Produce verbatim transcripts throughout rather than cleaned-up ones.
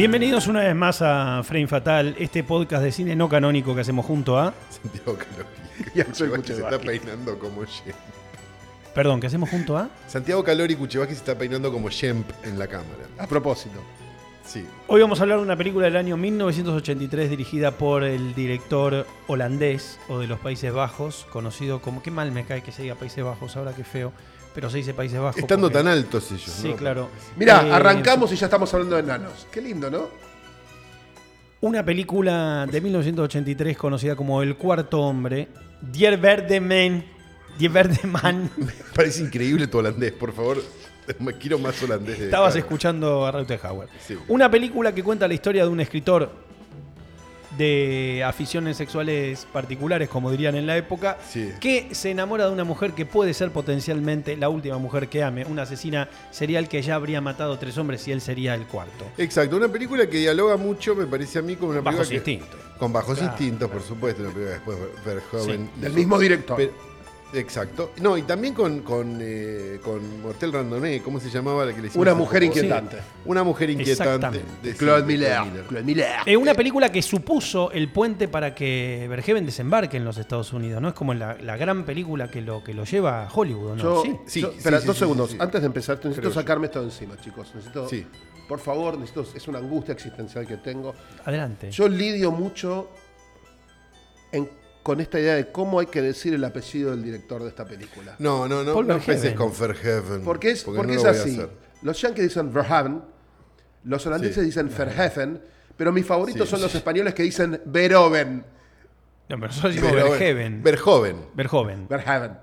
Bienvenidos una vez más a Frame Fatal, este podcast de cine no canónico que hacemos junto a... Santiago Calori. Y Axel Kuchevaki se está Kuchevaki. peinando como Shemp. Perdón, ¿qué hacemos junto a? Santiago Calori Kuchevaki se está peinando como Shemp en la cámara. A propósito. Sí. Hoy vamos a hablar de una película del año mil novecientos ochenta y tres dirigida por el director holandés o de los Países Bajos, conocido como... Qué mal me cae que se diga Países Bajos, ahora qué feo, pero se dice Países Bajos. Estando porque... tan altos ellos, Sí, ¿no? claro. Mirá, Eh, arrancamos y ya estamos hablando de enanos. Qué lindo, ¿no? Una película de mil novecientos ochenta y tres conocida como El Cuarto Hombre, Die Verde Man. Die Verde Man. Me parece increíble tu holandés, por favor. Me quiero más holandés. De Estabas acá. escuchando a Rutherhauer. Sí. Una película que cuenta la historia de un escritor de aficiones sexuales particulares, como dirían en la época, Sí. que se enamora de una mujer que puede ser potencialmente la última mujer que ame, una asesina serial que ya habría matado tres hombres y él sería el cuarto. Exacto, una película que dialoga mucho, me parece a mí, con una película Bajos que- instintos. Con Bajos Claro, Instintos, claro. por supuesto, una película que después Verhoeven Sí, hizo. Del mismo director. Pero- exacto. No, y también con, con, eh, con Mortel Randoné, ¿cómo se llamaba la que le hicimos? Una hace mujer poco? inquietante. Una mujer inquietante. Exactamente. de- Claude sí, Miller. Miller. Claude Miller. Es una película que supuso el puente para que Verhoeven desembarque en los Estados Unidos, ¿no? Es como la, la gran película que lo, que lo lleva a Hollywood, ¿no? Yo, Sí. Sí, yo- sí, espera, sí, dos sí, segundos. sí, sí. Antes de empezar, necesito Creo yo. sacarme esto de encima, chicos. Necesito, Sí. por favor, necesito, es una angustia existencial que tengo. Adelante. Yo lidio mucho en- con esta idea de cómo hay que decir el apellido del director de esta película. No, no, no, Paul no Verhoeven. empieces con Verhoeven. Porque es, porque no es lo voy a así. hacer. Los yankees dicen Verhoeven, los holandeses Sí. dicen Verheven, pero mis favoritos Sí. son los españoles que dicen Verhoeven. No, pero nosotros decimos Verhoeven. Verhoeven. Verhoeven. Verhoeven. Verheven.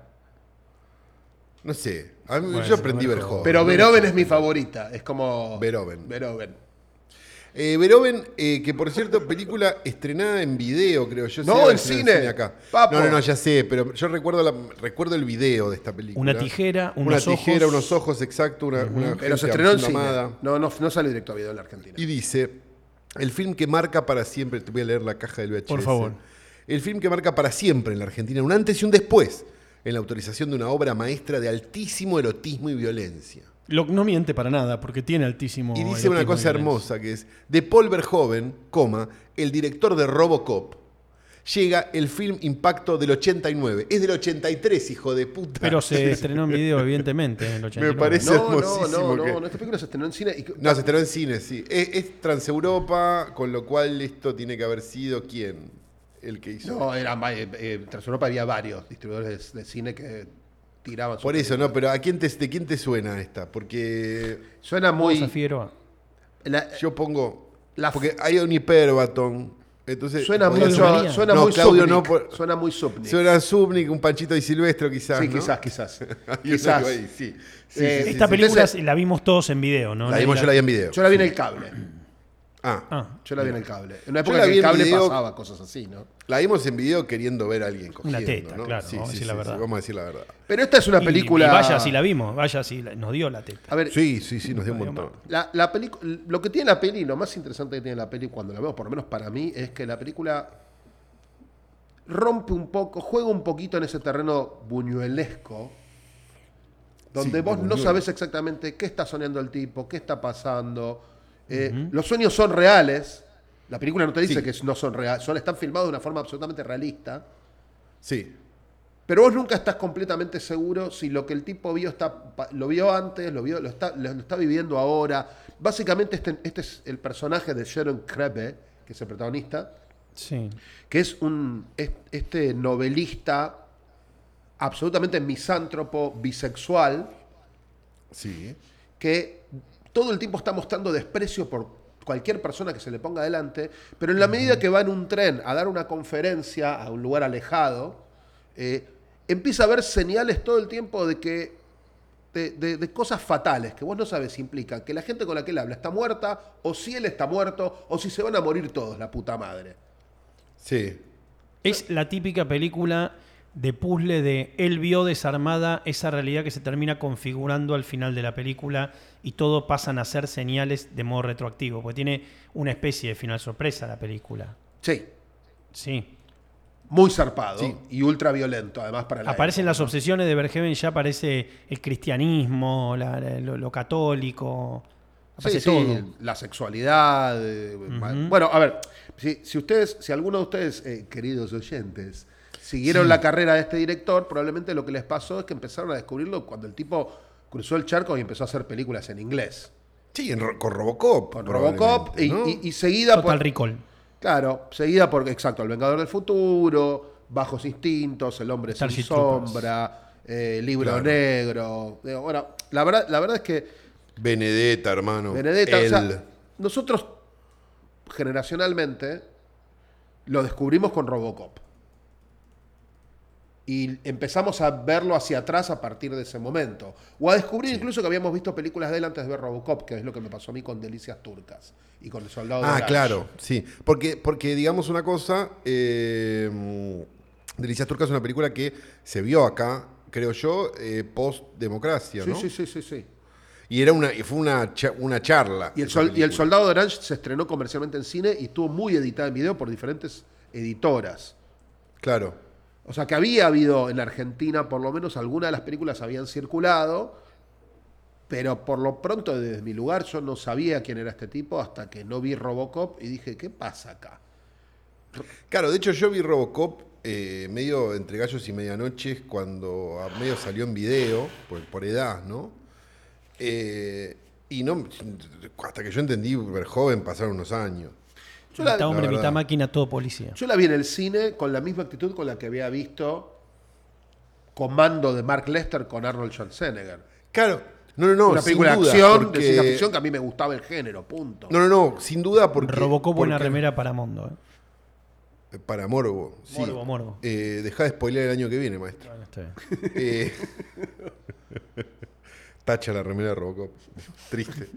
No sé. A mí- Bueno, yo aprendí Verhoeven. Verhoeven. Pero No Verhoeven sé. es mi favorita. Es como. Verhoeven. Verhoeven. Eh, Verhoeven, eh, que por cierto, película estrenada en video, creo yo. No, sí, ahora en estrenada cine. acá. Papo. No, no, no, ya sé, pero yo recuerdo, la- recuerdo el video de esta película. Una tijera, Una unos tijera, ojos. unos ojos, exacto. Una, una Pero se gente estrenó en haciendo cine. amada. No, no, no sale directo a video en la Argentina. Y dice, el film que marca para siempre, te voy a leer la caja del V H S. Por favor. El film que marca para siempre en la Argentina, un antes y un después, en la autorización de una obra maestra de altísimo erotismo y violencia. Lo, no miente para nada, porque tiene altísimo. Y dice una erotismo cosa y violencia. hermosa que es, de Paul Verhoeven, coma, el director de Robocop, llega el film Impacto del ochenta y nueve. Es del ochenta y tres, hijo de puta. Pero se estrenó en video, evidentemente, en el ochenta y nueve. Me parece- No, hermosísimo no, no, que- no, no, esta película se estrenó en cine. Y, No, se estrenó en cine, sí. Es, es Transeuropa, con lo cual esto tiene que haber sido ¿quién? El que hizo. No, era, eh, eh, tras Europa había varios distribuidores de, de cine que tiraban. sus Por eso, películas. no, pero ¿a quién te, ¿de quién te suena esta? Porque Suena Muy... muy. Figueroa. la- yo pongo. La- porque hay un hiperbatón. Entonces, suena podría Claudio mucho. María. Suena No, muy Claudio Subnik. no, por- Suena muy Subnik. Suena Subnik, un Panchito y Silvestro, quizás. Sí, ¿no? quizás, quizás. Hay quizás. algo ahí, sí. Sí, Eh, sí, sí, Esta sí. película Entonces- la vimos todos en video, ¿no? La vimos, yo la vi en video. Yo la vi en el cable. Ah, Ah, Yo la vi en el cable. En una Yo época la que vi el en cable video- pasaba cosas así, ¿no? la vimos en video queriendo ver a alguien cogiendo, Una teta, ¿no? claro, Sí, vamos a sí, decir la sí, verdad. sí, vamos a decir la verdad. Pero esta es una y- película. Y vaya si la vimos, vaya si la- nos dio la teta. A ver, Sí, sí, sí, nos dio un montón. La, la pelicu- lo que tiene la peli, lo más interesante que tiene la peli cuando la vemos, por lo menos para mí, es que la película rompe un poco, juega un poquito en ese terreno buñuelesco, donde Sí, vos de no buñuelo. sabés exactamente qué está soñando el tipo, qué está pasando. Eh, Los sueños son reales. La película no te dice Sí. que no son reales, son, están filmados de una forma absolutamente realista. Sí. Pero vos nunca estás completamente seguro si lo que el tipo vio está, pa- lo vio antes, lo, vio, lo, está, lo está viviendo ahora. Básicamente este, este es el personaje de Sharon Krebe, que es el protagonista, Sí. que es un es- este novelista absolutamente misántropo, bisexual, Sí. que todo el tiempo está mostrando desprecio por cualquier persona que se le ponga adelante, pero en la medida que va en un tren a dar una conferencia a un lugar alejado, eh, empieza a ver señales todo el tiempo de que de, de- de cosas fatales que vos no sabes si implican que la gente con la que él habla está muerta, o si él está muerto, o si se van a morir todos, la puta madre. Sí. Es la típica película de puzzle de él vio desarmada esa realidad que se termina configurando al final de la película y todo pasan a ser señales de modo retroactivo, porque tiene una especie de final sorpresa la película. Sí, Sí. muy zarpado Sí. y ultra violento, además para la Aparecen época, las ¿no? obsesiones de Verhoeven, ya aparece el cristianismo, la- la- lo, lo católico. Aparece Sí, sí, todo. la sexualidad. eh, Ujú. Bueno, a ver, si, si ustedes, si alguno de ustedes, eh, queridos oyentes, siguieron la carrera de este director, probablemente lo que les pasó es que empezaron a descubrirlo cuando el tipo cruzó el charco y empezó a hacer películas en inglés. Sí, en Ro- con Robocop. Con Robocop probablemente, y, ¿no? y- y seguida Total por. Recall. Claro, seguida por, exacto, El Vengador del Futuro, Bajos Instintos, El Hombre Starship sin Troopers. Sombra, eh, Libro Claro. Negro. Digo, bueno, la verdad, la verdad es que Benedetta, hermano. Benedetta, o Él. sea, nosotros generacionalmente lo descubrimos con Robocop. Y empezamos a verlo hacia atrás a partir de ese momento. O a descubrir incluso que habíamos visto películas de él antes de ver Robocop, que es lo que me pasó a mí con Delicias Turcas y con El Soldado de Ah, Orange. claro, sí. Porque, porque digamos una cosa, eh, Delicias Turcas es una película que se vio acá, creo yo, eh, post-democracia, Sí, ¿no? sí, sí, sí, sí. Y era una, y fue una, cha- una charla. Y el, esa sol- y el película. Soldado de Orange se estrenó comercialmente en cine y estuvo muy editada en video por diferentes editoras. Claro. O sea que había habido en Argentina, por lo menos algunas de las películas habían circulado, pero por lo pronto desde mi lugar yo no sabía quién era este tipo hasta que no vi Robocop y dije, ¿qué pasa acá? Claro, de hecho yo vi Robocop eh, medio entre gallos y medianoches cuando a medio salió en video, por, por edad, ¿no? Eh, y no, hasta que yo entendí Verhoeven pasaron unos años. Yo la, Mitad hombre, la mitad verdad. máquina, todo policía. yo la vi en el cine con la misma actitud con la que había visto Comando de Mark Lester con Arnold Schwarzenegger. Claro, no, no, no, Una sin película de duda, acción, porque- de ciencia ficción, que a mí me gustaba el género, punto. No, no, no, sin duda porque... Robocop buena porque- remera para Mondo. ¿eh? Para Morbo, sí. Morbo, Morbo. Eh, dejá de spoilear el año que viene, maestro. Bueno, está bien. Eh, tacha la remera de Robocop. Triste.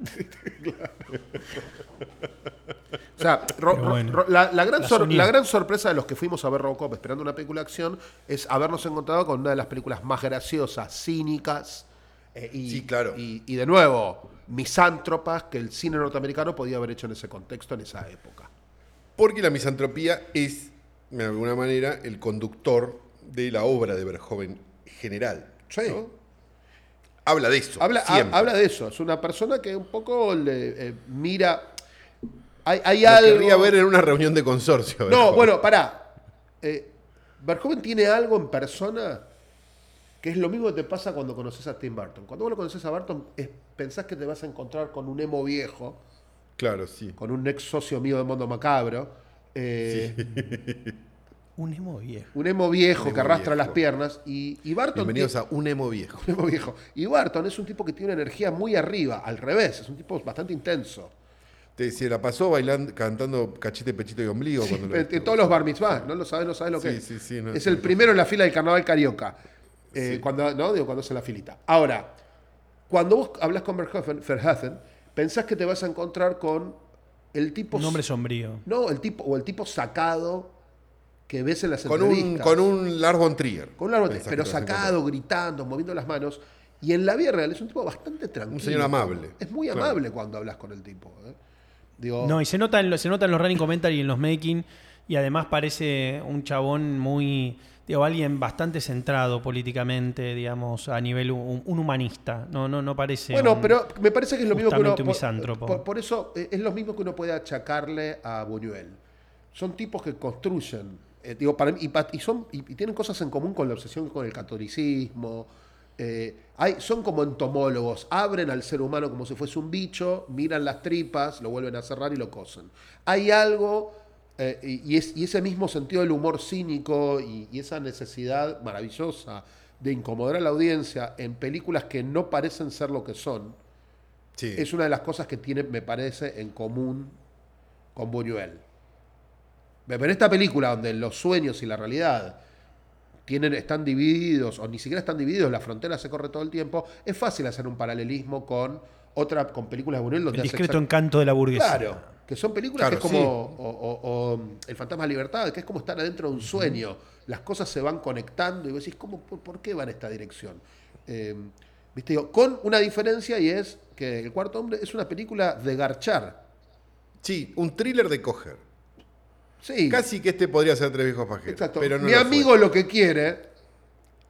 O sea, ro- Pero bueno, ro- la, la gran la sor- soñé. la gran sorpresa de los que fuimos a ver Robocop esperando una película de acción es habernos encontrado con una de las películas más graciosas, cínicas eh, y, Sí, claro. y, y de nuevo, misántropas que el cine norteamericano podía haber hecho en ese contexto, en esa época. Porque la misantropía es, de alguna manera, el conductor de la obra de Verhoeven general. Sí. ¿no? Habla de eso. Habla, ha- siempre. habla de eso, es una persona que un poco le eh, mira... Hay, hay Lo algo... querría ver en una reunión de consorcio. No, Verhoeven. bueno, pará. Eh, Verhoeven tiene algo en persona que es lo mismo que te pasa cuando conoces a Tim Burton. Cuando vos lo conoces a Burton, es- pensás que te vas a encontrar con un emo viejo, Claro, sí. con un ex socio mío de Mundo Macabro, eh, Un emo viejo. un emo viejo Un emo que arrastra viejo. las piernas, y, y Barton... Bienvenidos tiene- a un emo viejo. un emo viejo. Y Barton es un tipo que tiene una energía muy arriba, al revés, es un tipo bastante intenso. Te, se la pasó bailando, cantando cachete, pechito y ombligo. cuando lo En, en todos los bar mitzvahs, ¿no lo sabes? No sabes lo que Sí, es. sí, sí, no, es sí, el no. primero en la fila del carnaval carioca. Eh, Sí. cuando, ¿no? Digo, cuando hace la filita. Ahora, cuando vos hablas con Verhoeven, Verhoeven, pensás que te vas a encontrar con el tipo. Un hombre sombrío. No, el tipo, o el tipo sacado que ves en las Con un, entrevistas. con un Lars von Trier. Con un árbol, Pensás pero que te vas a sacado, gritando, moviendo las manos. Y en la vida real es un tipo bastante tranquilo. Un señor amable. Es muy Claro. amable cuando hablas con el tipo. ¿eh? Digo, No, y se nota, en lo- se nota en los running commentary y en los making. Y además parece un chabón muy. Digo, alguien bastante centrado políticamente, digamos, a nivel un, un humanista. No, no, no parece. Bueno, un- pero me parece que es lo mismo que uno. justamente un Por, misántropo. por- por eso eh, es lo mismo que uno puede achacarle a Buñuel. Son tipos que construyen. eh, digo, para mí, y, pa- y son, y, y tienen cosas en común con la obsesión con el catolicismo. eh, hay, son como entomólogos. Abren al ser humano como si fuese un bicho, miran las tripas, lo vuelven a cerrar y lo cosen. Hay algo. eh, y, y es, y ese mismo sentido del humor cínico y, y esa necesidad maravillosa de incomodar a la audiencia en películas que no parecen ser lo que son, Sí. es una de las cosas que tiene, me parece, en común con Buñuel. Pero en esta película, donde los sueños y la realidad tienen, están divididos, o ni siquiera están divididos, la frontera se corre todo el tiempo, es fácil hacer un paralelismo con otra, con películas de Buñuel donde El hace discreto exact- encanto de la burguesía. Claro, que son películas Claro, que es como sí. o, o- o El Fantasma de la Libertad, que es como estar adentro de un sueño. Las cosas se van conectando y vos decís, ¿cómo, por, por qué va en esta dirección? Eh, ¿viste? Digo, con una diferencia, y es que El Cuarto Hombre es una película de garchar. Sí, un thriller de coger. Sí, Casi que este podría ser Tres viejos pajeros. exacto. Pero no Mi lo amigo fue. lo que quiere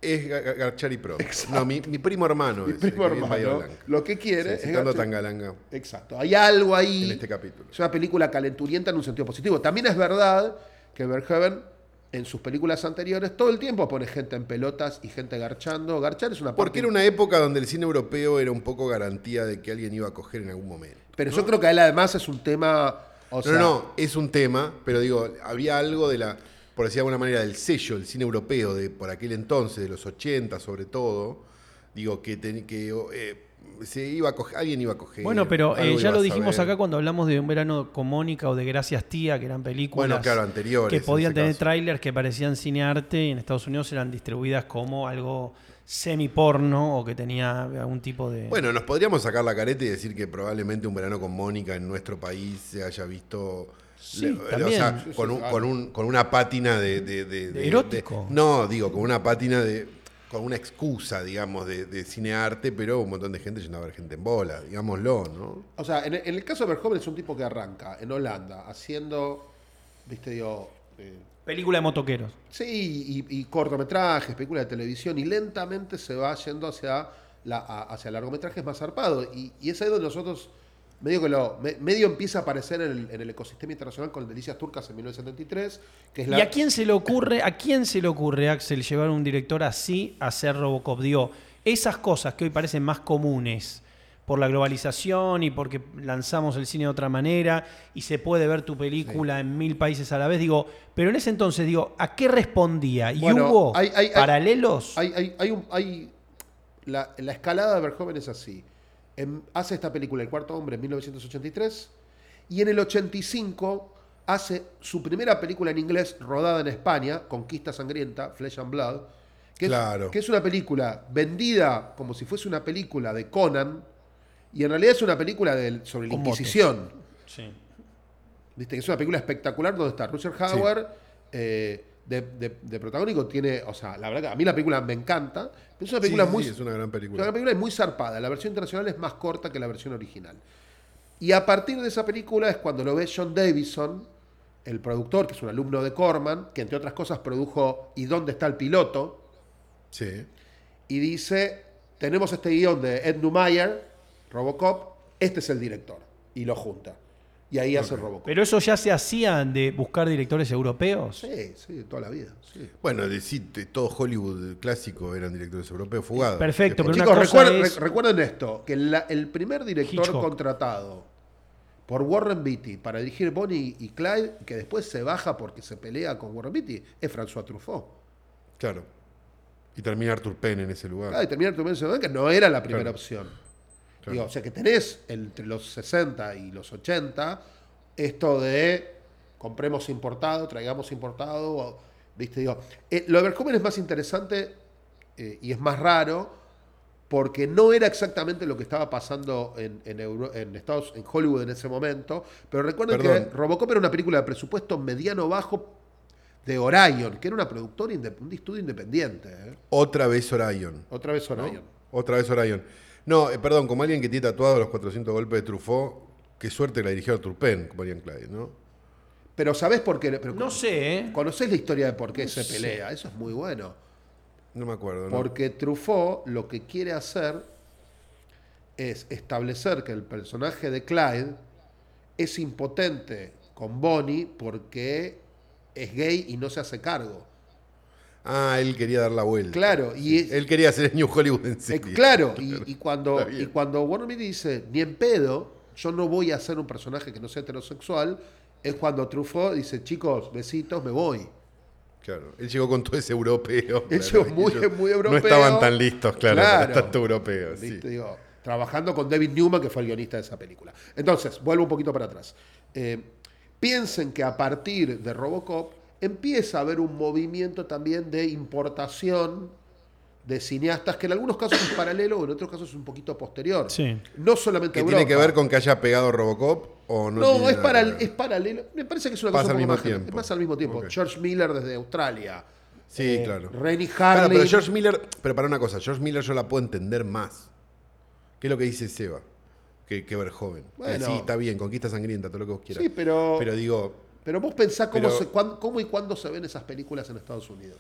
es Ga- Garchari Pro. No, mi, mi primo hermano. Mi es, primo el que vive en Bahía hermano, Blanca. lo que quiere Sí, es citando Garchari- Tangalanga Exacto. Hay algo ahí. en este capítulo. Es una película calenturienta en un sentido positivo. También es verdad que Verhoeven, en sus películas anteriores, todo el tiempo pone gente en pelotas y gente garchando. Garchar es una parte... Porque era una época donde el cine europeo era un poco garantía de que alguien iba a coger en algún momento. Pero ¿no? yo creo que a él además es un tema... O No, sea, no, no, es un tema, pero digo, había algo de la, por decir de alguna manera, del sello, el cine europeo de por aquel entonces, de los ochenta sobre todo, digo, que, ten- que eh, se iba a coger, alguien iba a coger. Bueno, pero algo eh, ya iba lo a dijimos saber. acá cuando hablamos de Un verano con Mónica o de Gracias Tía, que eran películas Bueno, claro, anteriores, que en podían ese tener caso. trailers que parecían cinearte y en Estados Unidos eran distribuidas como algo semi-porno o que tenía algún tipo de... Bueno, nos podríamos sacar la careta y decir que probablemente Un verano con Mónica en nuestro país se haya visto... Sí, le- también. o sea, Sí, sí, con, un- claro. con, un- con una pátina de... de- de- de- ¿Erótico? de- no, digo, con una pátina de... con una excusa, digamos, de, de cinearte, pero un montón de gente yendo a ver gente en bola, digámoslo, ¿no? O sea, en, en el caso de Verhoeven es un tipo que arranca en Holanda haciendo, viste, digo... eh, Película de motoqueros. Sí, y, y cortometrajes, películas de televisión, y lentamente se va yendo hacia, la, a- hacia largometrajes más zarpados. Y, y es ahí donde nosotros, medio que lo me- medio empieza a aparecer en el, en el ecosistema internacional con Delicias Turcas en mil novecientos setenta y tres, que es la... ¿Y a quién se le ocurre, a quién se le ocurre, Axel, llevar a un director así a hacer Robocop? Digo, esas cosas que hoy parecen más comunes por la globalización y porque lanzamos el cine de otra manera y se puede ver tu película en mil países a la vez, digo, pero en ese entonces, digo, ¿a qué respondía? ¿Y Bueno, hubo hay- hay- hay- paralelos? Hay, hay, hay un, hay la, la escalada de Verhoeven es así. En- hace esta película, El cuarto hombre, en mil novecientos ochenta y tres, y en el ochenta y cinco hace su primera película en inglés rodada en España, Conquista Sangrienta, Flesh and Blood, que, Claro. es, que es una película vendida como si fuese una película de Conan, y en realidad es una película del- sobre la Con motos. Inquisición. Sí. ¿Viste? Que es una película espectacular donde está Russell Howard eh, de, de- de protagónico. Tiene, o sea, la verdad que a mí la película me encanta. Pero es una película Sí, sí, muy. sí, es una gran es película. una película muy zarpada. La versión internacional es más corta que la versión original. Y a partir de esa película es cuando lo ve John Davison, el productor, que es un alumno de Corman, que entre otras cosas produjo ¿Y dónde está el piloto? Sí. Y dice: tenemos este guión de Ed Neumayer, Robocop, este es el director. Y lo junta. Y ahí hace Robocop. Pero eso ya se hacía de buscar directores europeos. Sí, sí, toda la vida. Sí. Bueno, de, sí, de todo Hollywood clásico eran directores europeos fugados. Perfecto, Después- pero Chicos, una cosa recuerden, es- re- recuerden esto, que la- el primer director Hitchcock. contratado por Warren Beatty para dirigir Bonnie y Clyde, que después se baja porque se pelea con Warren Beatty, es François Truffaut. Claro. Y termina Arthur Penn en ese lugar. Ah, y terminar tu mención, que no era la primera Claro. opción. Claro. Digo, o sea que tenés entre los sesenta y los ochenta esto de compremos importado, traigamos importado, o- ¿viste? Digo, eh, lo de Verhoeven es más interesante eh, y es más raro porque no era exactamente lo que estaba pasando en, en, Euro- en Estados, en Hollywood en ese momento, pero recuerden Perdón. que Robocop era una película de presupuesto mediano-bajo de Orion, que era una productora, inde- un estudio independiente. ¿eh? Otra vez Orion. Otra vez ¿no? Orion. Otra vez Orion. No, eh, perdón, como alguien que tiene tatuado los cuatrocientos golpes de Truffaut, qué suerte que la dirigió Arthur Penn, como Marian Clyde, ¿no? Pero ¿sabés por qué? Pero, No sé, ¿eh? ¿Conocés la historia de por qué No se sé. pelea? Eso es muy bueno. No me acuerdo, ¿no? Porque Truffaut lo que quiere hacer es establecer que el personaje de Clyde es impotente con Bonnie porque es gay y no se hace cargo. Ah, él quería dar la vuelta. Claro, y es- Él quería hacer el New Hollywood en Eh, serio. claro, y, y cuando, Está bien. y cuando Warner Beatty dice, ni en pedo, yo no voy a hacer un personaje que no sea heterosexual, es cuando Truffaut dice, chicos, besitos, me voy. Claro, él llegó con todo ese europeo. Él claro, llegó muy- ellos muy europeo. No estaban tan listos, claro, Claro. para tanto europeo. sí. ¿Viste? Digo, trabajando con David Newman, que fue el guionista de esa película. Entonces, vuelvo un poquito para atrás. Eh, piensen que a partir de Robocop empieza a haber un movimiento también de importación de cineastas, que en algunos casos es paralelo o en otros casos es un poquito posterior. Sí. No solamente ¿Qué Europa. tiene que ver con que haya pegado Robocop o no? No, tiene es, nada para, que ver? es paralelo. Me parece que es una Pasa cosa un al poco mismo más general. tiempo. Pasa al mismo tiempo. Ok. George Miller desde Australia. Sí, Eh, claro. Rennie Claro, Harlin. pero George Miller, pero para una cosa, George Miller yo la puedo entender más. ¿Qué es lo que dice Seba? Que, que Verhoeven. Que Bueno. sí, está bien, conquista sangrienta, todo lo que vos quieras. Sí, pero, Pero digo, pero vos pensás cómo, pero- se- cuán- cómo y cuándo se ven esas películas en Estados Unidos.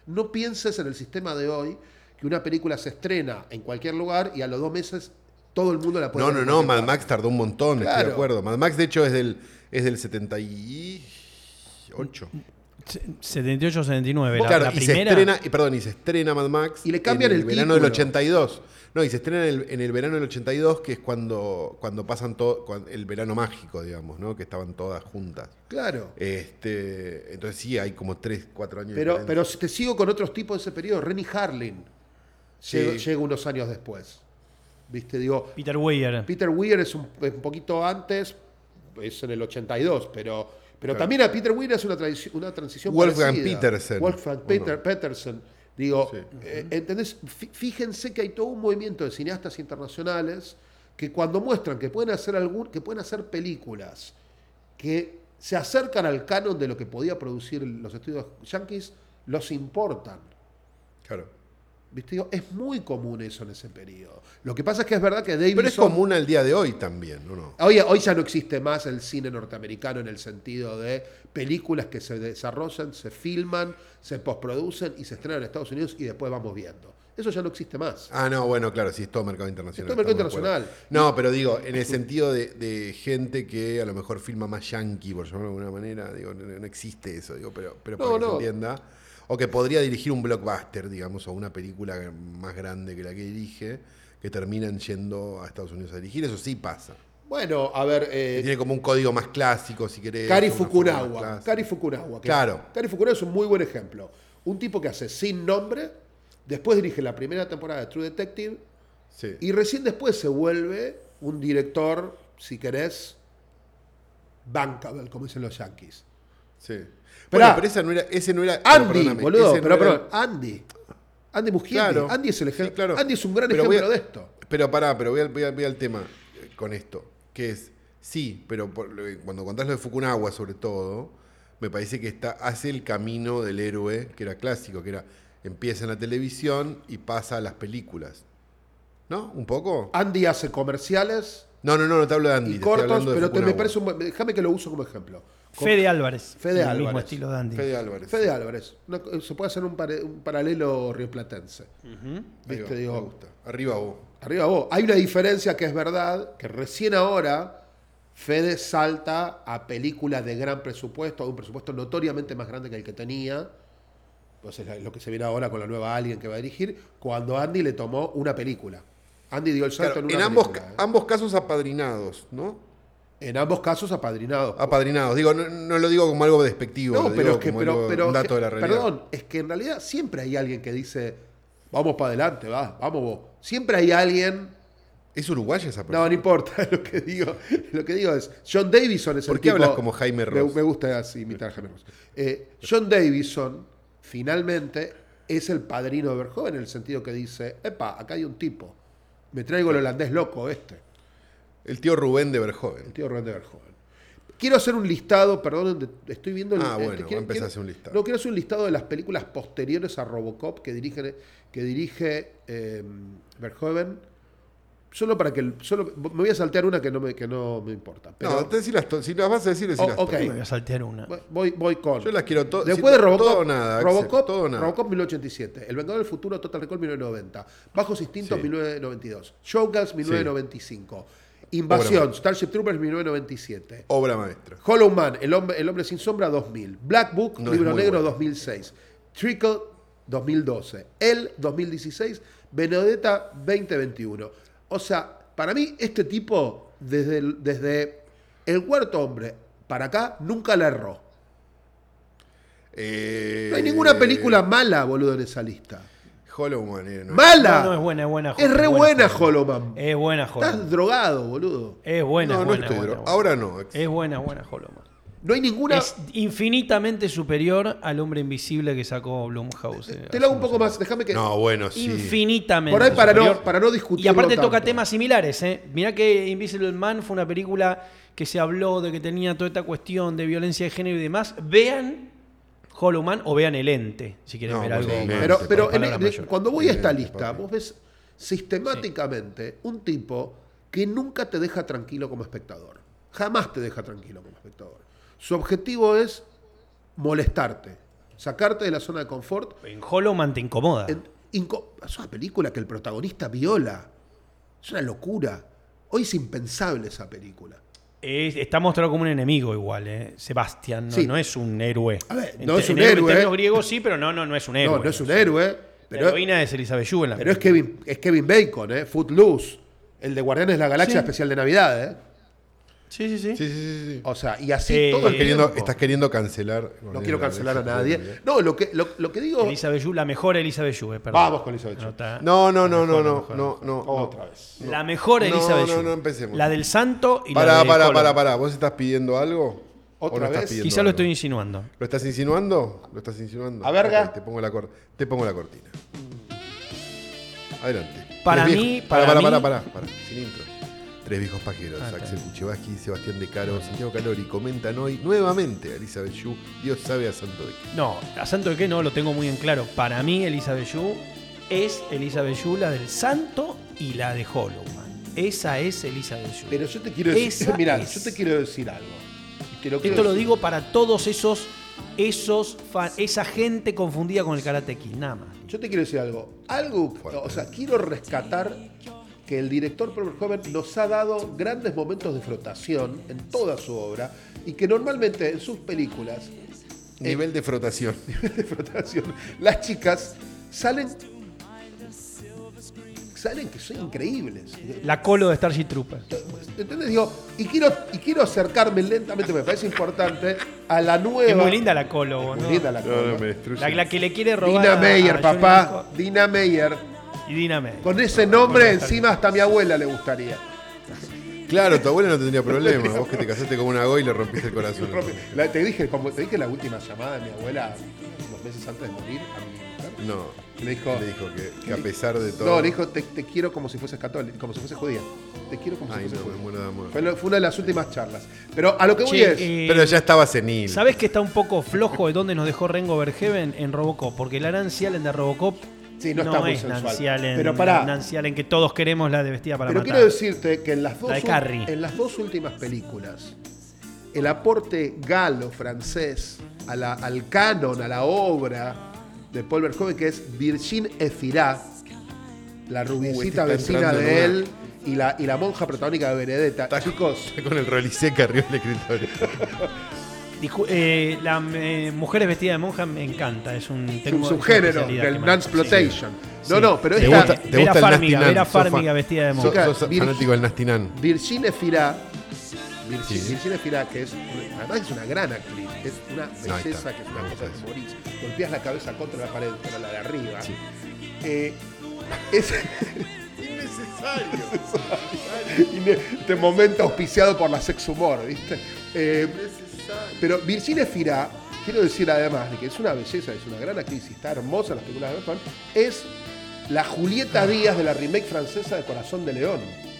No pienses en el sistema de hoy que una película se estrena en cualquier lugar y a los dos meses todo el mundo la puede No, ver. no, en no, cualquier Mad parte. Max tardó un montón, estoy Claro. de acuerdo. Mad Max, de hecho, es del, es del setenta y ocho. Se- setenta y ocho setenta y nueve. La, Claro, la y se primera. estrena, y perdón, y se estrena Mad Max Y le cambian en el, el verano del título. ochenta y dos. No, y se estrena en el, en el verano del ochenta y dos, que es cuando, cuando pasan todo, cuan- el verano mágico, digamos, ¿no? Que estaban todas juntas. Claro. Este, entonces sí, hay como tres, cuatro años de Pero, diferencia. pero si te sigo con otros tipos de ese periodo. Rennie Harlin llega, Sí. llega unos años después. ¿Viste? Digo, Peter Weir. Peter Weir es un, es un poquito antes, es en el ochenta y dos, pero, pero Claro. también a Peter Weir es una, tradici- una transición Wolfgang parecida. Petersen, Wolfgang ¿o Peter, no? Petersen. Digo, Sí. eh, ¿entendés? Fí- Fíjense que hay todo un movimiento de cineastas internacionales que cuando muestran que pueden hacer algún, que pueden hacer películas que se acercan al canon de lo que podía producir los estudios yankees, los importan. Claro. ¿Viste? Digo, es muy común eso en ese periodo. Lo que pasa es que es verdad que Davidson... Pero es común al día de hoy también, ¿no? no? Hoy, hoy ya no existe más el cine norteamericano en el sentido de películas que se desarrollan, se filman, se postproducen y se estrenan en Estados Unidos y después vamos viendo. Eso ya no existe más. Ah, no, bueno, claro, sí, es todo mercado internacional. Es todo mercado estamos de acuerdo. internacional. No, pero digo, en el sentido de, de gente que a lo mejor filma más yankee, por llamarlo de alguna manera, digo, no, no existe eso, digo, pero, pero para No, que se no. entienda. O que podría dirigir un blockbuster, digamos, o una película más grande que la que dirige, que terminan yendo a Estados Unidos a dirigir, eso sí pasa. Bueno, a ver... Que Eh, tiene como un código más clásico, si querés. Cary una forma más Fukunaga. clásica. Cary Fukunaga. que- Claro. Cary Fukunaga es un muy buen ejemplo. Un tipo que hace sin nombre, después dirige la primera temporada de True Detective Sí. y recién después se vuelve un director, si querés, bankable, como dicen los yankees. sí. Esperá. Bueno, pero esa no era, ese no era. pero Andy, perdóname, boludo, ese no pero, era el- perdón, Andy. Andy Muschietti. Claro, Andy es el sí, ejemplo. claro. Andy es un gran Pero voy ejemplo a- de esto. Pero pará, pero voy al, voy al- voy al tema eh, con esto, que es, sí, pero por lo que- cuando contás lo de Fukunaga sobre todo, me parece que está, hace el camino del héroe, que era clásico, que era, empieza en la televisión y pasa a las películas. ¿No? ¿Un poco? Andy hace comerciales No, no, no, no te hablo de Andy, y te estoy cortos, hablando de pero te, me Fukunaga. parece un buen- déjame que lo uso como ejemplo. Com- Fede Álvarez. Fede el mismo Álvarez. estilo de Andy. Fede Álvarez. Fede Álvarez. Una- se puede hacer un, pare- un paralelo rioplatense. Ahí ¿Viste? va, me Digo, gusta. Arriba vos. arriba vos. Hay una diferencia que es verdad, que recién ahora Fede salta a películas de gran presupuesto, a un presupuesto notoriamente más grande que el que tenía. Pues es lo que se viene ahora con la nueva Alien que va a dirigir, cuando Andy le tomó una película. Andy dio el salto Claro, en en una ambos, película, ¿eh? ambos casos apadrinados, ¿no? En ambos casos apadrinado. Apadrinados. Digo, no, no lo digo como algo despectivo, No, lo pero digo es que, como pero, algo- pero un dato de la que- realidad. perdón, es que en realidad siempre hay alguien que dice, vamos para adelante, va, vamos vos. Siempre hay alguien, ¿Es uruguaya esa persona? no, no importa, lo que digo, lo que digo es, John Davison es ¿Por el qué tipo- hablas como Jaime Me, Ross? me gusta así imitar a Jaime Ross. Eh, John Davison, finalmente, es el padrino de Verhoeven en el sentido que dice, epa, acá hay un tipo, me traigo el holandés loco este. El tío Rubén de Verhoeven. El tío Rubén de Verhoeven. Quiero hacer un listado, perdón, de- estoy viendo... el- Ah, bueno, este, va a empezar a hacer un listado. No, quiero hacer un listado de las películas posteriores a Robocop que dirige, que dirige eh, Verhoeven, solo para que... el- solo, me voy a saltear una que no me, que no me importa. Pero, no, te decilas to- si las vas a decir, decilas Oh, ok. todas. Me voy a saltear una. voy, voy con... Yo las quiero todas. Después de Robocop, Todo o nada, Axel, Robocop, todo o nada. Robocop mil novecientos ochenta y siete, El Vengador del Futuro, Total Recall mil novecientos noventa, Bajos Instintos Sí. mil novecientos noventa y dos, Showgirls mil novecientos noventa y cinco, Obra Invasión, maestra. Starship Troopers mil novecientos noventa y siete, Obra maestra. Hollow Man, El hombre, el hombre sin sombra dos mil, Black Book, No, Libro es muy Negro buena. dos mil seis, Trickle dos mil doce, El dos mil dieciséis, Benedetta veinte veintiuno. O sea, para mí este tipo, desde el, desde el Cuarto Hombre para acá, nunca la erró. Eh, No hay ninguna película mala, boludo, en esa lista. Hollow Man. eh, no es- ¡Mala! No, no, es buena, es buena. Es re buena Hollow Man. Es buena Estás Hollow. drogado, boludo. Es buena, No, es no buena. estoy buena, dro- buena. Ahora no. Axel. Es buena, buena Hollow Man. No hay ninguna... Es infinitamente superior al Hombre Invisible que sacó Blumhouse. eh, Te lo hago hace un poco unos más, déjame que... No, bueno, sí. Infinitamente. por ahí para superior. no, para no discutir. Y aparte toca temas similares, ¿eh? Mirá que Invisible Man fue una película que se habló de que tenía toda esta cuestión de violencia de género y demás. Vean Hollow Man o vean El Ente, si quieren No, ver pues algo. sí, más- Pero, Con pero en- palabras de- mayores. cuando voy a esta Evidente, lista, papi. vos ves sistemáticamente un tipo que nunca te deja tranquilo como espectador. Jamás te deja tranquilo como espectador. Su objetivo es molestarte. Sacarte de la zona de confort. En Hollow Man te incomoda. En- inco- es una película que el protagonista viola. Es una locura. Hoy es impensable esa película. Es- está mostrado como un enemigo igual, ¿eh? Sebastián, no, Sí. no es un héroe. A ver, En no te- es un en héroe- héroe. En términos griegos sí, pero no, no, no es un héroe. no, no es un héroe. La Pero, heroína es Elizabeth Shue en la pero es, película. Kevin, es Kevin Bacon, ¿eh? Footloose. El de Guardianes de la Galaxia Sí. especial de Navidad, ¿eh? Sí, sí, sí. Sí, sí, sí. sí. O sea, y así Eh, todo Estás el queriendo, tiempo. estás queriendo cancelar. No quiero cancelar a nadie. No, lo que, lo, lo que digo... Elizabeth Shue, la mejor Elizabeth Shue, perdón. Vamos con Elizabeth Shue. está- No, no, no, la no, mejor, la no, mejor. no, no. Otra vez. La mejor No, Elizabeth no, Shue. no empecemos. La del Santo y la Pará, de pará, Hollow pará, Man. pará. ¿Vos estás pidiendo algo? ¿O ¿Otra no estás vez? pidiendo Quizá lo algo? estoy insinuando. ¿Lo estás insinuando? ¿Lo estás insinuando? A verga. Ok, te, pongo la cor- te pongo la cortina. Adelante. Para Tres mí- viejos- para pará, mí- pará, pará, pará, sin intro. Tres viejos pajeros, Ah, está Axel bien. Kuchevaski, Sebastián De Caro, Santiago Calori, comentan hoy nuevamente a Elizabeth Shue, Dios sabe a santo de qué. No, a Santo de qué no, lo tengo muy en claro. Para mí, Elizabeth Shue es Elizabeth Shue, la del Santo y la de Hollow Man. Esa es Elizabeth Shue. Pero yo te quiero decir... Esa Mirá, es. yo te quiero decir algo. Y te lo quiero Esto lo decir. digo para todos esos, esos fan- esa gente confundida con el Karate Kid, nada más. Yo te quiero decir algo. Algo, Fuerte. o sea, quiero rescatar que el director Paul Verhoeven nos ha dado grandes momentos de frotación en toda su obra y que normalmente en sus películas Nivel de frotación. de frotación, las chicas salen salen que son increíbles. La colo de Starship Troopers. ¿Entendés? Digo, y quiero, y quiero acercarme lentamente, me parece importante, a la nueva. Es muy linda la colo, Muy boludo. linda la No, no, cosa. me destruye. La, la que le quiere robar Dina a- Meyer, a papá. Johnny Dina Meyer. Depp y Dina Meyer. Con ese nombre encima hasta a mi abuela le gustaría. Claro, tu abuela no tendría problema. Vos que te casaste con una go y le rompiste el corazón. La- te dije, como te dije la última llamada de mi abuela unos meses antes de morir a mi mujer. No. Le dijo, Le dijo que, que a pesar de todo. no, le dijo, te, te quiero como si fueses católica, como si fueses judía. Te quiero como si Ay, fueses no, me judía. muero de amor. Fue, lo- fue una de las últimas charlas. Pero a lo que voy Che, es. eh, Pero ya estaba senil. ¿Sabés que está un poco flojo de dónde nos dejó Rengo Verheven en Robocop? Porque la Nancy Allen de Robocop Sí, no está muy es sensual. Nancy Allen, Pero pará. la Nancy Allen que todos queremos la de vestida para Pero matar. quiero decirte que en las, dos, La de ul- Carrie. en las dos últimas películas, el aporte galo-francés a la- al canon, a la obra de Paul Verhoeven, que es Virgin Efira, la rubiecita Uy, este está vecina entrando de en él, y la, y la monja protagónica de Benedetta. Está- Chicos, Está con el roliseca arriba del escritorio. Discu- eh, la eh, Mujeres vestidas de monja me encanta. Es un, es tengo un una subgénero especialidad del que me- Nansploitation. No, Sí. no, pero ¿Te esta gusta, te Vera gusta el Farmiga, Nasty Vera Nan? Sos fa- Farmiga vestida de sos- monja. Sos Vir- fanático del Nasty Nan. Virgin Efira, Virgin, Sí. Virgin Efira, que es, una- además es una gran actriz, es una ahí belleza, está, que es me una gusta cosa que eso. morís. Golpeas la cabeza contra la pared, pero la de arriba. Sí. Eh, es Innecesario. Ine- este momento auspiciado por la sex humor, ¿viste? Eh, pero Virginia Efira, quiero decir además de que es una belleza, es una gran actriz y está hermosa en las películas de Bergman, es la Julieta Díaz de la remake francesa de Corazón de León.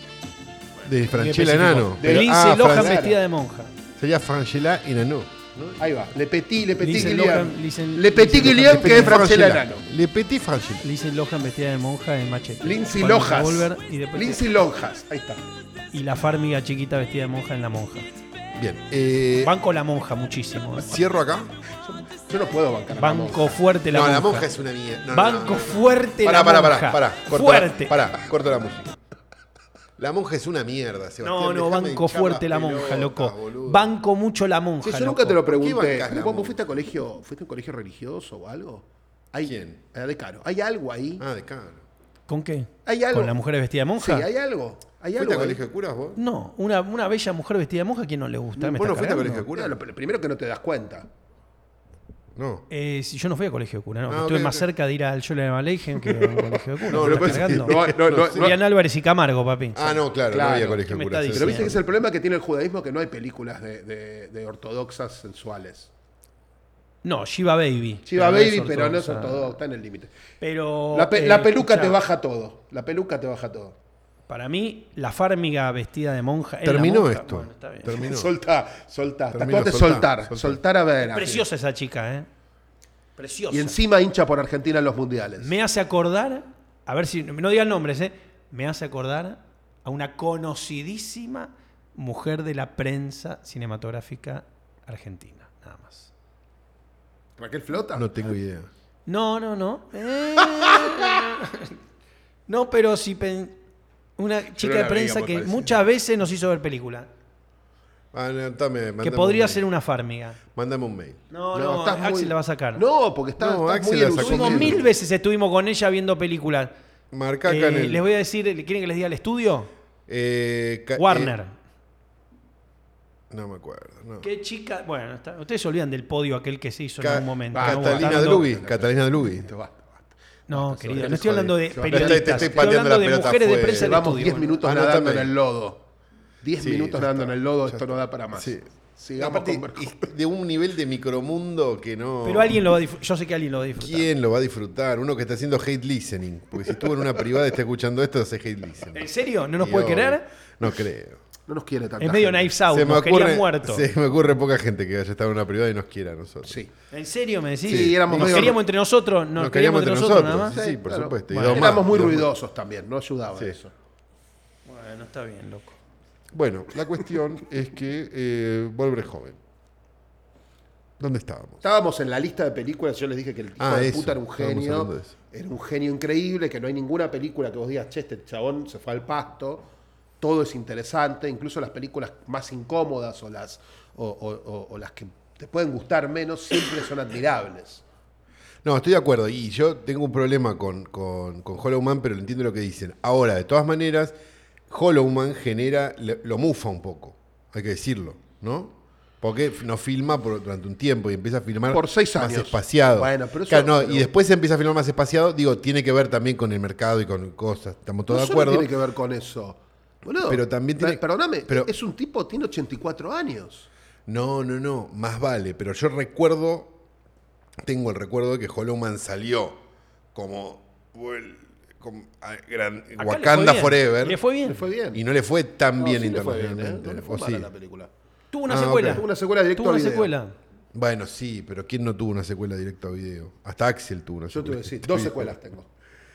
De Franchella específico. Enano. De Pero- Lindsay ah, Lohan Fran- vestida de monja. Sería Franchella Enano. Ahí va, Le Petit, Le Petit Lindsay Guillem. Lohan, Lindsay- Le Petit Lindsay Guillem, Lohan- que es Franchella Enano. Le Petit Franchella. Lindsay Lohan vestida de monja en Machete. Lindsay Con el Lojas. revólver Y, después- Lindsay Lonjas, ahí está. y la Farmiga chiquita vestida de monja en La Monja. Bien. Eh, Banco La Monja muchísimo. eh. Cierro acá. Yo no puedo bancar a la Banco monja. fuerte La no, Monja. la monja es una mierda. No, no, Banco no, no, no. fuerte Pará, La pará, Monja. pará, pará. Corto Fuerte. La, pará, corto la música. La monja es una mierda, Sebastián. No, no, Déjame banco hinchar fuerte La las Monja, pelotas, loco. boludo. Banco mucho La Monja. Sí, yo loco. nunca te lo ¿Por qué pregunté. bancás la ¿Vos monja? fuiste a colegio, fuiste a un colegio religioso o algo? ¿Hay, ¿Quién? eh, de Caro. ¿Hay algo ahí? Ah, de caro. ¿Con qué? ¿Hay algo? ¿Con la mujer vestida de Sí, monja? hay algo. ¿Hay ¿Fuiste algo a ahí? colegio de curas vos? No, una, una bella mujer vestida de monja, ¿a quién no le gusta? ¿Me ¿Vos no está fuiste a colegio cargando? de curas? Mira, lo pr- primero que no te das cuenta. No. Eh, si yo no fui a colegio de cura, no. Ah, Estuve ok, más ok. cerca de ir al Scholler Leichen que a un colegio de cura. No, ¿Me lo estás que pasa es que cargando? no hay- no- no- Julián Álvarez y Camargo, papi. Ah, no, claro, Claro, no había colegio ¿qué de me curas. está sí, Pero viste sí. que es el problema que tiene el judaísmo, que no hay películas de, de- de ortodoxas sensuales. No, Shiva Baby. Chiva Pero Baby, es pero no es ortodoxa. ortodoxa, está en el límite. Pero. La, pe- eh, la peluca escuchá, te baja todo. La peluca te baja todo. Para mí, la Farmiga vestida de monja. es la Terminó monja. esto. Bueno, está bien. Terminó. Soltá, soltá. Termino, Tatuate soltá, soltar. soltá. Soltar a ver. Preciosa esa chica, ¿eh? Preciosa. Y encima hincha por Argentina en los mundiales. Me hace acordar, a ver si, no digan nombres, ¿eh? Me hace acordar a una conocidísima mujer de la prensa cinematográfica argentina, nada más. ¿Raquel Flota? No tengo idea. No, no, no. Eh, no, pero si pen- una chica no de la prensa veía, que me parece. muchas veces nos hizo ver película. Ah, no, dame, Que mándame podría un ser mail. una fármiga. Mándame un mail. No, no, estás Axel muy- la va a sacar. No, porque está, No, estás Axel muy la iluso. sacó Estuvimos bien. mil veces estuvimos con ella viendo películas. Marcá acá Eh, en el... les voy a decir, ¿quieren que les diga el estudio? eh, ca- Warner. eh, no me acuerdo. No. Qué chica. Bueno, está- ustedes se olvidan del podio aquel que se hizo Ca- en un momento. Ah, ¿no? Catalina Votando- de Lubi. Catalina de Lubi. Basta, basta. No, Basta, querido, se no estoy hablando de se va. periodistas. Te estoy- te estoy Estoy pateando hablando la de pelota mujeres de afuera. prensa del Llevamos estudio. diez bueno. minutos Anótame. nadando en el lodo. diez Sí, minutos ya nadando está, en el lodo, ya esto no está. da para más. Sí. Sigamos Aparte, con Verhoeven. es de un nivel de micromundo que no... Pero alguien lo va a disfrutar. Yo sé que alguien lo va a disfrutar. ¿Quién lo va a disfrutar? Uno que está haciendo hate listening. Porque si estuvo en una privada y está escuchando esto, hace hate listening. ¿En serio? ¿No nos Y puede obvio. querer? No creo. No nos quiere tanta Es medio gente. Knives Out, Se me, nos quería ocurre, muerto. se me ocurre poca gente que haya estado en una privada y nos quiera a nosotros. Sí. ¿En serio me decís? Sí, éramos ¿Nos medio- queríamos entre nosotros? ¿Nos, queríamos entre nosotros, nada más? Sí, sí, por claro. supuesto. Y Bueno, dos Éramos más, muy dos más. ruidosos también, no ayudaba Sí. eso. Bueno, está bien, loco. Bueno, la cuestión es que eh, Volver joven. ¿Dónde estábamos? Estábamos en la lista de películas, yo les dije que el hijo Ah, de eso, puta era un estábamos genio, hablando de eso. era un genio increíble, que no hay ninguna película que vos digas, che, este chabón se fue al pasto, todo es interesante, incluso las películas más incómodas o las, o, o- o- o las que te pueden gustar menos, siempre son admirables. No, estoy de acuerdo. Y yo tengo un problema con, con, con Hollow Man, pero entiendo lo que dicen. Ahora, de todas maneras, Hollow Man genera, lo, lo mufa un poco, hay que decirlo, ¿no? Porque no filma por, durante un tiempo y empieza a filmar Por seis más años. espaciado. Bueno, pero eso- Claro, no, pero- y después se empieza a filmar más espaciado. Digo, tiene que ver también con el mercado y con cosas. Estamos todos No de solo acuerdo. tiene que ver con eso. Boludo, Pero también tiene- per- Perdóname, pero- es un tipo, tiene ochenta y cuatro años. No, no, no, más vale. Pero yo recuerdo, tengo el recuerdo de que Hollow Man salió como, well, como, a- gran- Acá le fue Wakanda bien. Forever. Le fue bien. Le fue bien. Y no le fue tan No, bien sí le fue bien, ¿eh? internacionalmente. No le fue ¿O mala sí? la película. Tuvo una Ah, secuela. ok. Tuvo una secuela directo Tuvo a una video. secuela. Bueno, sí, pero ¿quién no tuvo una secuela directa a video? Hasta Axel tuvo una Yo te secuela. voy a decir, directa a dos video. secuelas tengo.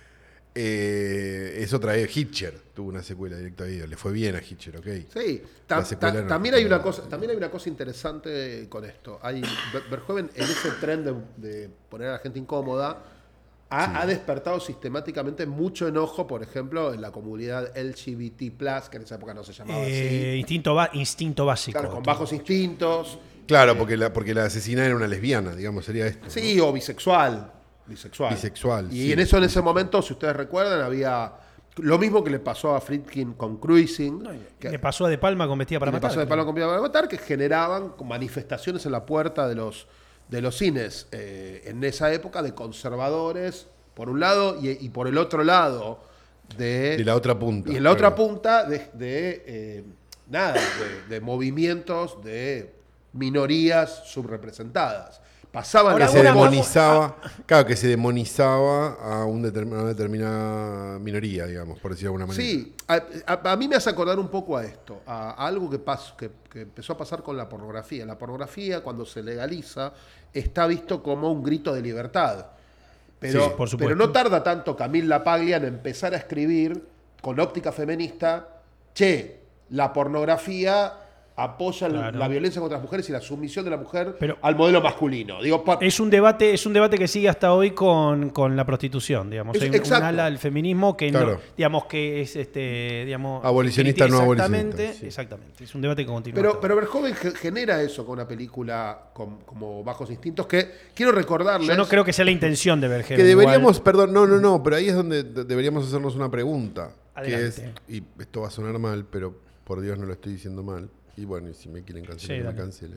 Eh, es otra vez. Hitcher tuvo una secuela directa a video. Le fue bien a Hitcher, ¿ok? Sí, La ta- secuela ta- no. también, hay una cosa, también hay una cosa interesante con esto. Hay, Ver- Verhoeven, en ese tren de, de poner a la gente incómoda, ha, ha despertado sistemáticamente mucho enojo, por ejemplo, en la comunidad L G B T plus, que en esa época no se llamaba Eh, así. instinto, ba- instinto básico. Claro, con bajos instintos. Claro, porque la, porque la asesina era una lesbiana, digamos, sería esto. ¿no? Sí, o bisexual. Bisexual. Bisexual, Y sí. en eso, en ese momento, si ustedes recuerdan, había lo mismo que le pasó a Friedkin con Cruising. que Le pasó a De Palma con Vestida para le Matar. pasó de palo con piedra para matar, que generaban manifestaciones en la puerta de los, de los cines eh, en esa época de conservadores, por un lado, y, y por el otro lado de... De la otra punta. Y en la otra claro. punta de, de, eh, nada, de, de movimientos de minorías subrepresentadas. Pasaban Ahora, Que las se una- demonizaba, claro, que se demonizaba a un determin- a una determinada minoría, digamos, por decirlo de alguna manera. Sí, a, a- a mí me hace acordar un poco a esto, a, a algo que, pas- que, que empezó a pasar con la pornografía. La pornografía, cuando se legaliza, está visto como un grito de libertad. Pero, Sí, por supuesto. pero no tarda tanto Camille Lapaglia en empezar a escribir con óptica feminista, che, la pornografía apoya el- Claro. la violencia contra las mujeres y la sumisión de la mujer Pero- al modelo masculino. Digo, pa- Es un debate, es un debate que sigue hasta hoy con, con la prostitución, digamos. Es- Hay un, exacto. un ala del feminismo que Claro. no, digamos que es este, digamos, Abolicionista, critica no exactamente, abolicionista, sí. Exactamente. Es un debate que continúa. Pero, hasta pero hoy. Verhoeven ge- genera eso con una película con- como Bajos Instintos, que quiero recordarles... Yo no creo que sea la intención de Verhoeven. Que deberíamos, igual. perdón, no, no, no, pero ahí es donde de- deberíamos hacernos una pregunta. Que es, Adelante. y esto va a sonar mal, pero por Dios no lo estoy diciendo mal. Y bueno, y si me quieren cancelar, Sí, que me dale. cancelen.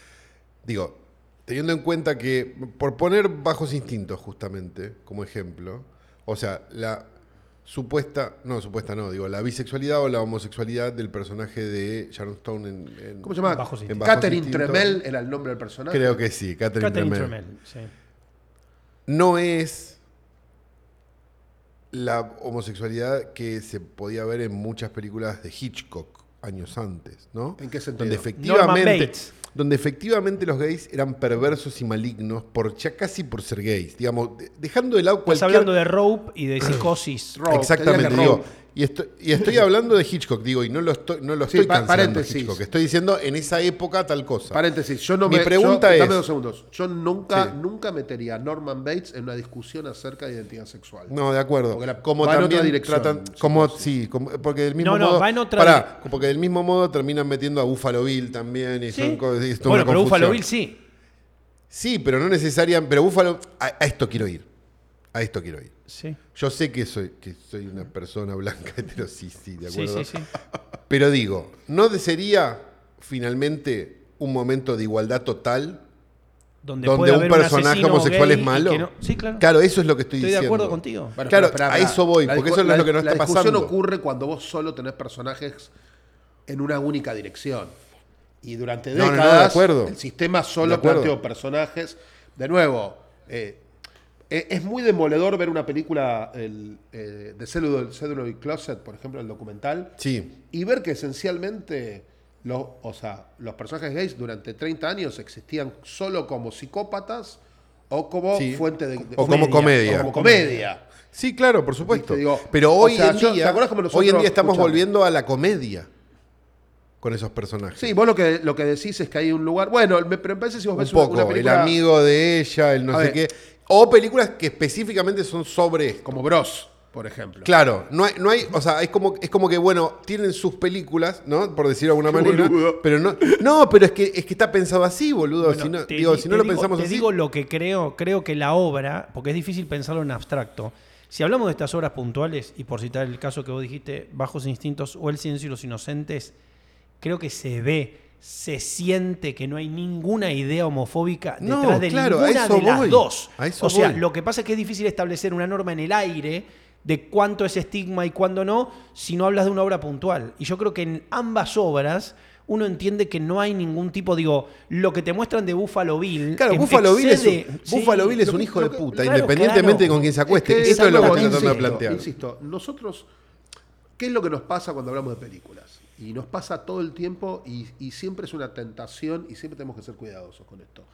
Digo, teniendo en cuenta que, por poner Bajos Instintos justamente, como ejemplo, o sea, la supuesta, no, supuesta no, digo, la bisexualidad o la homosexualidad del personaje de Sharon Stone en... en- ¿Cómo se llama? Bajos en Instintos. Bajos Catherine Instintos. Tremel era el nombre del personaje. Creo que sí, Catherine, Catherine Tremel. Tremel, sí. No es la homosexualidad que se podía ver en muchas películas de Hitchcock años antes, ¿no? ¿En qué sentido? Donde efectivamente, Norman Bates. donde efectivamente los gays eran perversos y malignos por ya casi por ser gays, digamos, de- dejando de lado Estás cualquier... hablando de Rope y de Psicosis. Rope, Exactamente, te diría que digo, Rope. y estoy, y estoy hablando de Hitchcock, digo, y no lo estoy, no lo Sí, estoy pa- cancelando a paréntesis. Hitchcock, estoy diciendo en esa época tal cosa. Paréntesis, yo no Mi me. pregunta yo- es- Dame dos segundos. Yo nunca, Sí. nunca metería a Norman Bates en una discusión acerca de identidad sexual. No, de acuerdo. Porque la- como va en también otra dirección, tratan, sí, como sí. sí, como- porque del mismo No, no, modo, va en otra pará, porque del mismo modo terminan metiendo a Buffalo Bill también y Sí. son cosas- y es toda Bueno, una pero Buffalo confusión. Bill sí. Sí, pero no necesariamente, pero Buffalo a, a esto quiero ir. A esto quiero ir. Sí. Yo sé que soy que soy una persona blanca hetero, sí, sí, de Sí, acuerdo. sí, sí. Pero digo, ¿no sería finalmente un momento de igualdad total Donde, donde puede un haber personaje asesino homosexual gay es y malo? que no- Sí, claro. Claro, eso es lo que estoy, Estoy de diciendo. acuerdo contigo. Bueno, Claro, pero, pero, a eso voy, la porque discu- eso es la- lo que no la está discusión pasando. ocurre cuando vos solo tenés personajes en una única dirección. Y durante No, no, no, de décadas acuerdo. el sistema De solo acuerdo. planteó personajes. De nuevo, eh, eh, es muy demoledor ver una película el, eh, de Celluloid Celluloid Closet, por ejemplo, el documental, Sí. y ver que esencialmente los, o sea, los personajes gays durante treinta años existían solo como psicópatas o como Sí. fuente de, de- O como comedia. o como comedia. Sí, claro, por supuesto. Viste, digo, Pero o hoy sea, en yo- ¿te día, acordás como nosotros- hoy en día estamos escuchame. volviendo a la comedia con esos personajes. Sí, vos lo que, lo que decís es que hay un lugar. Bueno, me, pero me parece si vos un ves una, poco, una película el amigo de ella, el no A sé ver. qué. O películas que específicamente son sobre esto. como Bros, por ejemplo. Claro, no hay, no hay, o sea, es como, es como que, bueno, tienen sus películas, ¿no? Por decirlo de alguna Qué manera. boludo. Pero no, no, pero es que, es que está pensado así, boludo. Bueno, si no, te digo, di- si no te lo digo- pensamos te así. digo lo que creo, creo que la obra, porque es difícil pensarlo en abstracto. Si hablamos de estas obras puntuales, y por citar el caso que vos dijiste, Bajos Instintos o El Silencio y los Inocentes, creo que se ve, se siente que no hay ninguna idea homofóbica No, detrás de claro, a ninguna eso de las voy, dos. a eso O sea, voy. lo que pasa es que es difícil establecer una norma en el aire de cuánto es estigma y cuándo no, si no hablas de una obra puntual. Y yo creo que en ambas obras uno entiende que no hay ningún tipo, digo, lo que te muestran de Buffalo Bill. Claro, em- Buffalo Bill es un, excede- sí, Buffalo Bill es lo un que- hijo lo de que- puta, claro, independientemente claro. con quién se acueste. Es que Eso es lo que algo- estoy tratando de insisto, plantear. Insisto, nosotros, ¿qué es lo que nos pasa cuando hablamos de películas? Y nos pasa todo el tiempo y, y siempre es una tentación y siempre tenemos que ser cuidadosos con esto.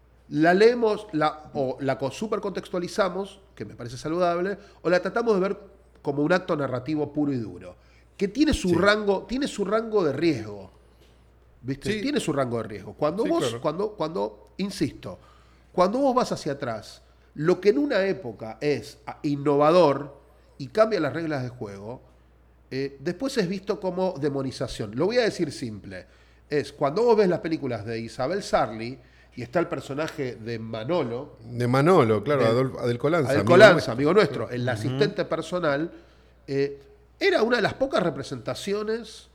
La leemos la, o la co- supercontextualizamos, que me parece saludable, o la tratamos de ver como un acto narrativo puro y duro, que tiene su, Sí. rango, tiene su rango de riesgo. ¿Viste? Sí. Tiene su rango de riesgo. Cuando Sí, vos, claro. cuando, cuando, insisto, cuando vos vas hacia atrás, lo que en una época es ah, innovador y cambia las reglas de juego, eh, después es visto como demonización. Lo voy a decir simple. Es cuando vos ves las películas de Isabel Sarli y está el personaje de Manolo, De Manolo, claro, de- Adolfo, Adel Colanza. Adel amigo Colanza, nuestro. amigo nuestro, el asistente personal, eh, era una de las pocas representaciones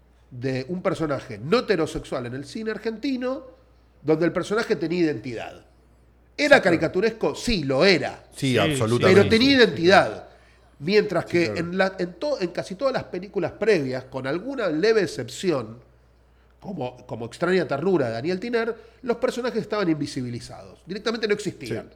de un personaje no heterosexual en el cine argentino donde el personaje tenía identidad. ¿Era caricaturesco? Sí, lo era. Sí, Sí, absolutamente. Pero tenía identidad. Mientras que claro. en, la- en, to- en casi todas las películas previas, con alguna leve excepción, como, como Extraña Ternura de Daniel Tiner, los personajes estaban invisibilizados. Directamente no existían.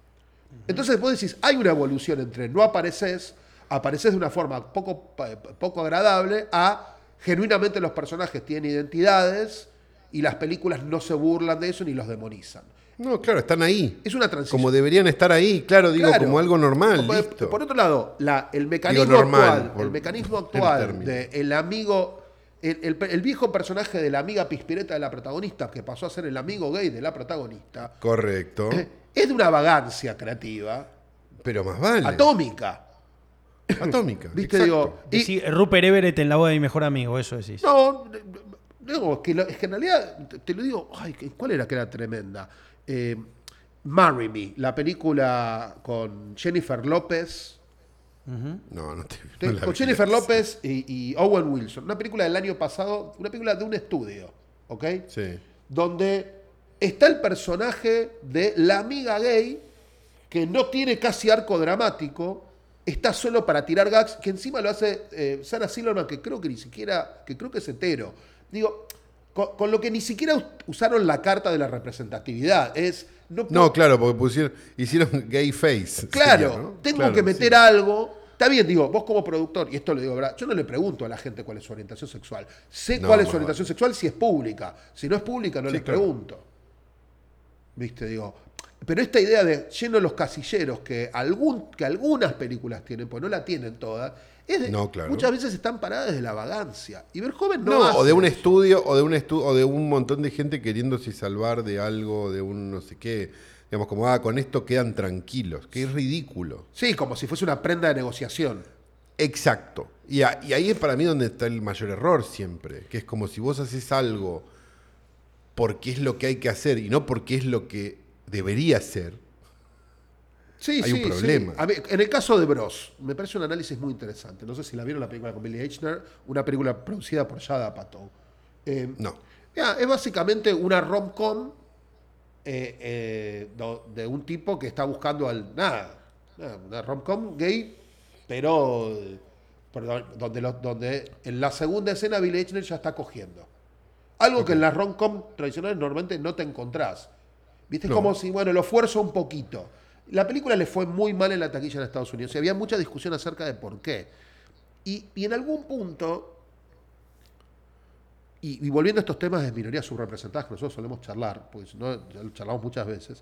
Entonces vos decís, hay una evolución entre no apareces, apareces de una forma poco, pa- poco agradable, a genuinamente los personajes tienen identidades y las películas no se burlan de eso ni los demonizan. No, claro, están ahí. Es una transición. Como deberían estar ahí, claro, digo, Claro. como algo normal, Por- listo. Por otro lado, la- el mecanismo normal, actual, por el mecanismo el actual término. de el amigo, el, el- el viejo personaje de la amiga pispireta de la protagonista, que pasó a ser el amigo gay de la protagonista, Correcto. eh, es de una vagancia creativa, Pero más vale. atómica. Atómica. ¿Viste? exacto. Digo, y- Decí, Rupert Everett en la boda de mi mejor amigo, eso decís. no, digo, es que, lo- es que en realidad, te, te lo digo, ay, ¿cuál era que era tremenda? Eh, Marry Me, la película con Jennifer López. No, no te. Te- no la con vi. Jennifer López y, y Owen Wilson. Una película del año pasado, una película de un estudio, ¿ok? Sí. Donde está el personaje de la amiga gay que no tiene casi arco dramático, está solo para tirar gags, que encima lo hace eh, Sarah Silverman, que creo que ni siquiera, que creo que es hetero. Digo, con, con lo que ni siquiera us- usaron la carta de la representatividad. Es, no, puedo- No, claro, porque pusieron, hicieron gay face. Claro, sería, ¿no? tengo Claro, que meter sí. algo Está bien, digo, vos como productor, y esto lo digo, ¿verdad? Yo no le pregunto a la gente cuál es su orientación sexual. Sé No, cuál es más su orientación vale. sexual si es pública. Si no es pública, no Sí, les claro. pregunto. ¿Viste? Digo. Pero esta idea de lleno los casilleros que, algún, que algunas películas tienen, pues no la tienen todas, es de, No, claro. muchas veces están paradas desde la vagancia. Y Verhoeven no, No, hace o de un eso. estudio, o de un estudio, o de un montón de gente queriéndose salvar de algo, de un no sé qué. Digamos, como, ah, con esto quedan tranquilos, que es ridículo. Sí, como si fuese una prenda de negociación. Exacto. Y, a- y ahí es para mí donde está el mayor error siempre, que es como si vos haces algo porque es lo que hay que hacer y no porque es lo que debería ser. Sí, Hay sí, un problema. sí. A mí, en el caso de Bros, me parece un análisis muy interesante. No sé si la vieron la película con Billy Eichner, una película producida por Judd Apatow. Eh, No. mira, es básicamente una rom-com eh, eh, do- de un tipo que está buscando al... Nada, nada, una rom-com gay, pero... eh, perdón, donde, lo- donde en la segunda escena Billy Eichner ya está cogiendo. Algo que en las rom-com tradicionales normalmente no te encontrás. ¿Viste? Es No. como si, bueno, lo esfuerzo un poquito. La película le fue muy mal en la taquilla en Estados Unidos. Y había mucha discusión acerca de por qué. Y, y en algún punto, y, y volviendo a estos temas de minorías subrepresentadas que nosotros solemos charlar, pues no ya lo charlamos muchas veces,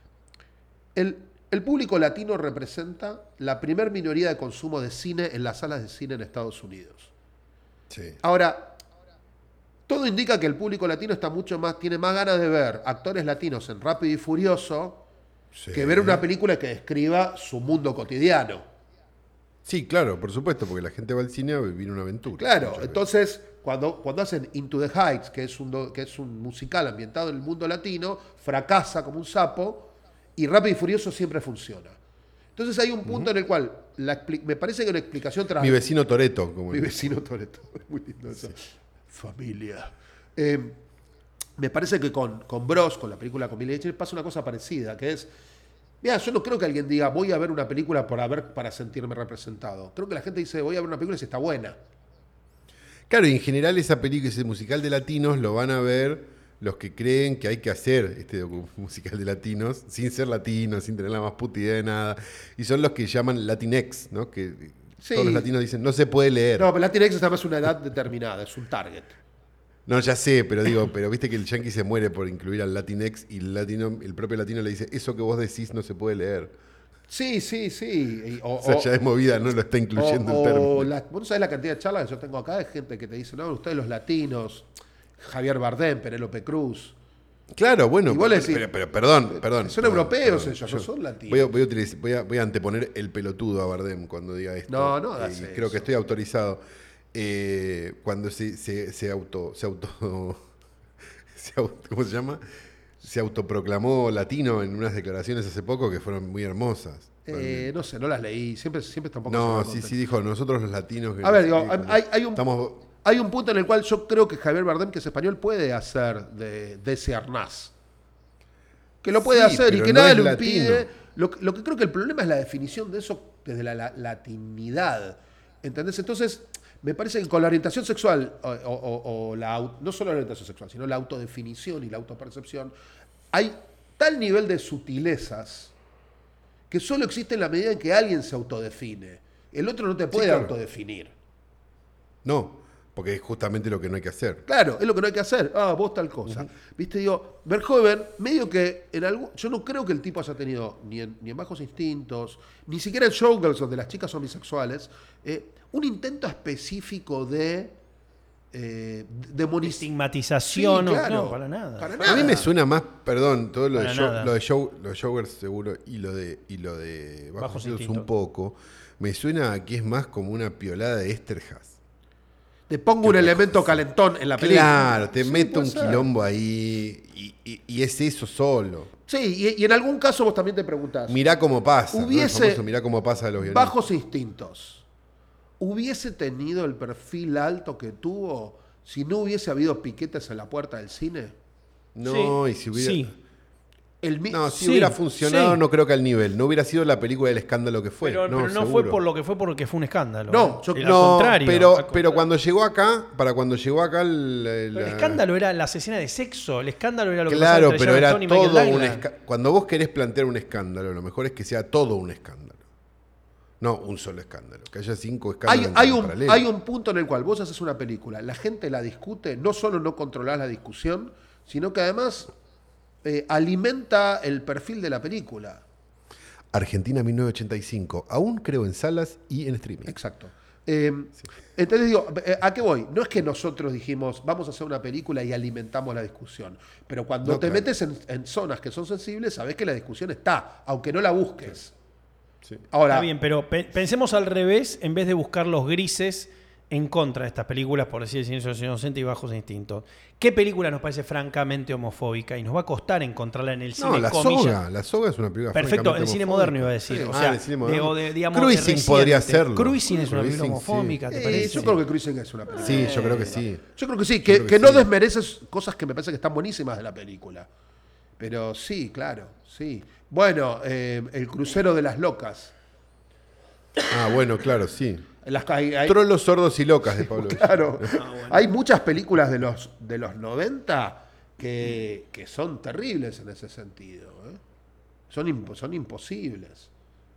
el, el público latino representa la primer minoría de consumo de cine en las salas de cine en Estados Unidos. Sí. Ahora, todo indica que el público latino está mucho más, tiene más ganas de ver actores latinos en Rápido y Furioso Sí. que ver una película que describa su mundo cotidiano. Sí, claro, por supuesto, porque la gente va al cine a vivir una aventura. Claro, muchas entonces cuando, cuando hacen Into the Heights, que es, un, do- que es un musical ambientado en el mundo latino, fracasa como un sapo y Rápido y Furioso siempre funciona. Entonces hay un punto en el cual la expli- me parece que una explicación tras veces. Mi vecino Toreto, como Mi el- vecino Toretto. Muy lindo eso. Familia. Eh, me parece que con, con Bros, con la película con Billy Eichner, pasa una cosa parecida, que es, mira, yo no creo que alguien diga, voy a ver una película para, ver, para sentirme representado. Creo que la gente dice, voy a ver una película si está buena. Claro, y en general esa película, ese musical de latinos, lo van a ver los que creen que hay que hacer este docu- musical de latinos, sin ser latinos, sin tener la más puta idea de nada. Y son los que llaman Latinx, ¿no? Que Sí. todos los latinos dicen, no se puede leer. No, No, pero Latinx está más una edad determinada, es un target. ya sé, pero digo, pero viste que el yankee se muere por incluir al Latinx y el latino, el propio latino le dice, eso que vos decís no se puede leer. Sí, sí, sí. Y- O, O sea, ya de movida no lo está incluyendo o- el término. o la- vos no sabés la cantidad de charlas que yo tengo acá de gente que te dice, no, ustedes los latinos, Javier Bardem, Penélope Cruz. Claro, bueno, Y vos le pero, decís, pero- pero perdón, perdón. son perdón, europeos perdón. ellos, Yo no son latinos. Voy a, voy a utilizar- voy a- voy a anteponer el pelotudo a Bardem cuando diga esto. No, no hagas y eso. creo que estoy autorizado. Eh, cuando se, se, se auto, se auto, se auto- ¿cómo se llama? Se autoproclamó latino en unas declaraciones hace poco que fueron muy hermosas. Eh, no sé, no las leí, siempre, siempre está un poco no, lleno de sí, contexto. sí dijo, nosotros los latinos... que A no ver, sé digo, qué, como- hay, hay un, estamos, hay un punto en el cual yo creo que Javier Bardem, que es español, puede hacer de, de ese Arnaz. Que lo puede Sí, hacer y pero que no nada es lo latino. impide. Lo, que- lo que creo que el problema es la definición de eso desde la, la- latinidad. ¿Entendés? Entonces, me parece que con la orientación sexual, o, o- o- o la, au- no solo la orientación sexual, sino la autodefinición y la autopercepción, hay tal nivel de sutilezas que solo existe en la medida en que alguien se autodefine. El otro no te puede claro. autodefinir. no, porque es justamente lo que no hay que hacer. Claro, es lo que no hay que hacer. Ah, vos tal cosa. Viste, digo, Verhoeven, medio que en algún. Yo no creo que el tipo haya tenido, ni en, ni en Bajos Instintos, ni siquiera en Showgirls, donde las chicas son bisexuales, eh, un intento específico de. Eh, demoniz- Estigmatización, Sí, no, claro. no, para nada. Para A nada. mí me suena más, perdón, todo lo de, Para show, nada. lo de show, lo de Showgirls seguro y lo de y lo de Bajos Bajos Instintos Instintos. un poco, me suena a que es más como una piolada de Esterhaz. Te pongo un elemento calentón en la película. Claro, te Sí, meto puede un ser. quilombo ahí y, y- y es eso solo. Sí, y, y en algún caso vos también te preguntás. Mirá cómo pasa. ¿no? El Hubiese- famoso mirá cómo pasa de los guionistas. Bajos Instintos. ¿Hubiese tenido el perfil alto que tuvo si no hubiese habido piquetes en la puerta del cine? No, Sí, y si hubiera. sí. El mi- No, si Sí, hubiera funcionado, sí. no creo que al nivel. No hubiera sido la película del escándalo que fue. Pero no, pero no seguro. fue por lo que fue porque fue un escándalo. No, ¿eh? yo- Al No, contrario. pero, al pero contrario. cuando llegó acá, para cuando llegó acá el, el- Pero el la- escándalo era las escenas de sexo. El escándalo era lo que Claro, pasaba entre pero Sharon era Stone y Michael todo un Douglas. escándalo. Cuando vos querés plantear un escándalo, lo mejor es que sea todo un escándalo. No, un solo escándalo. Que haya cinco Hay, escándalos hay, en un, paralelo. hay un punto en el cual vos haces una película, la gente la discute, no solo no controlás la discusión, sino que además eh, alimenta el perfil de la película. Argentina mil novecientos ochenta y cinco. Aún creo en salas y en streaming. Exacto. Eh, entonces digo, eh, ¿a qué voy? No es que nosotros dijimos, vamos a hacer una película y alimentamos la discusión, pero cuando No, te claro. metes en, en zonas que son sensibles, sabés que la discusión está, aunque no la busques. Sí. Ahora, Está bien, pero pe- pensemos al revés, en vez de buscar los grises en contra de estas películas, por decir El silencio inocente y Bajos Instintos. ¿Qué película nos parece francamente homofóbica? Y nos va a costar encontrarla en el cine, No, La comillas. Soga. La Soga es una película Perfecto, francamente en cine homofóbica. moderno iba a decir. Sí. O Ah, sea, en el cine moderno. de- de- digamos, Cruising de reciente. podría serlo. Cruising es una película Cruising, homofóbica, ¿te sí. eh, parece? yo creo que Cruising es una película. Sí, yo creo que sí. Yo creo que sí, Yo que, creo que que no sí. desmereces cosas que me parece que están buenísimas de la película. Pero sí, claro, sí. Bueno, eh, El crucero de las locas. Ah, bueno, claro, sí. Las, hay, hay- Trolos sordos y locas de Pablo. claro, Ah, bueno. hay muchas películas de los, de los noventa que, que son terribles en ese sentido. ¿eh? Son, imp- son imposibles.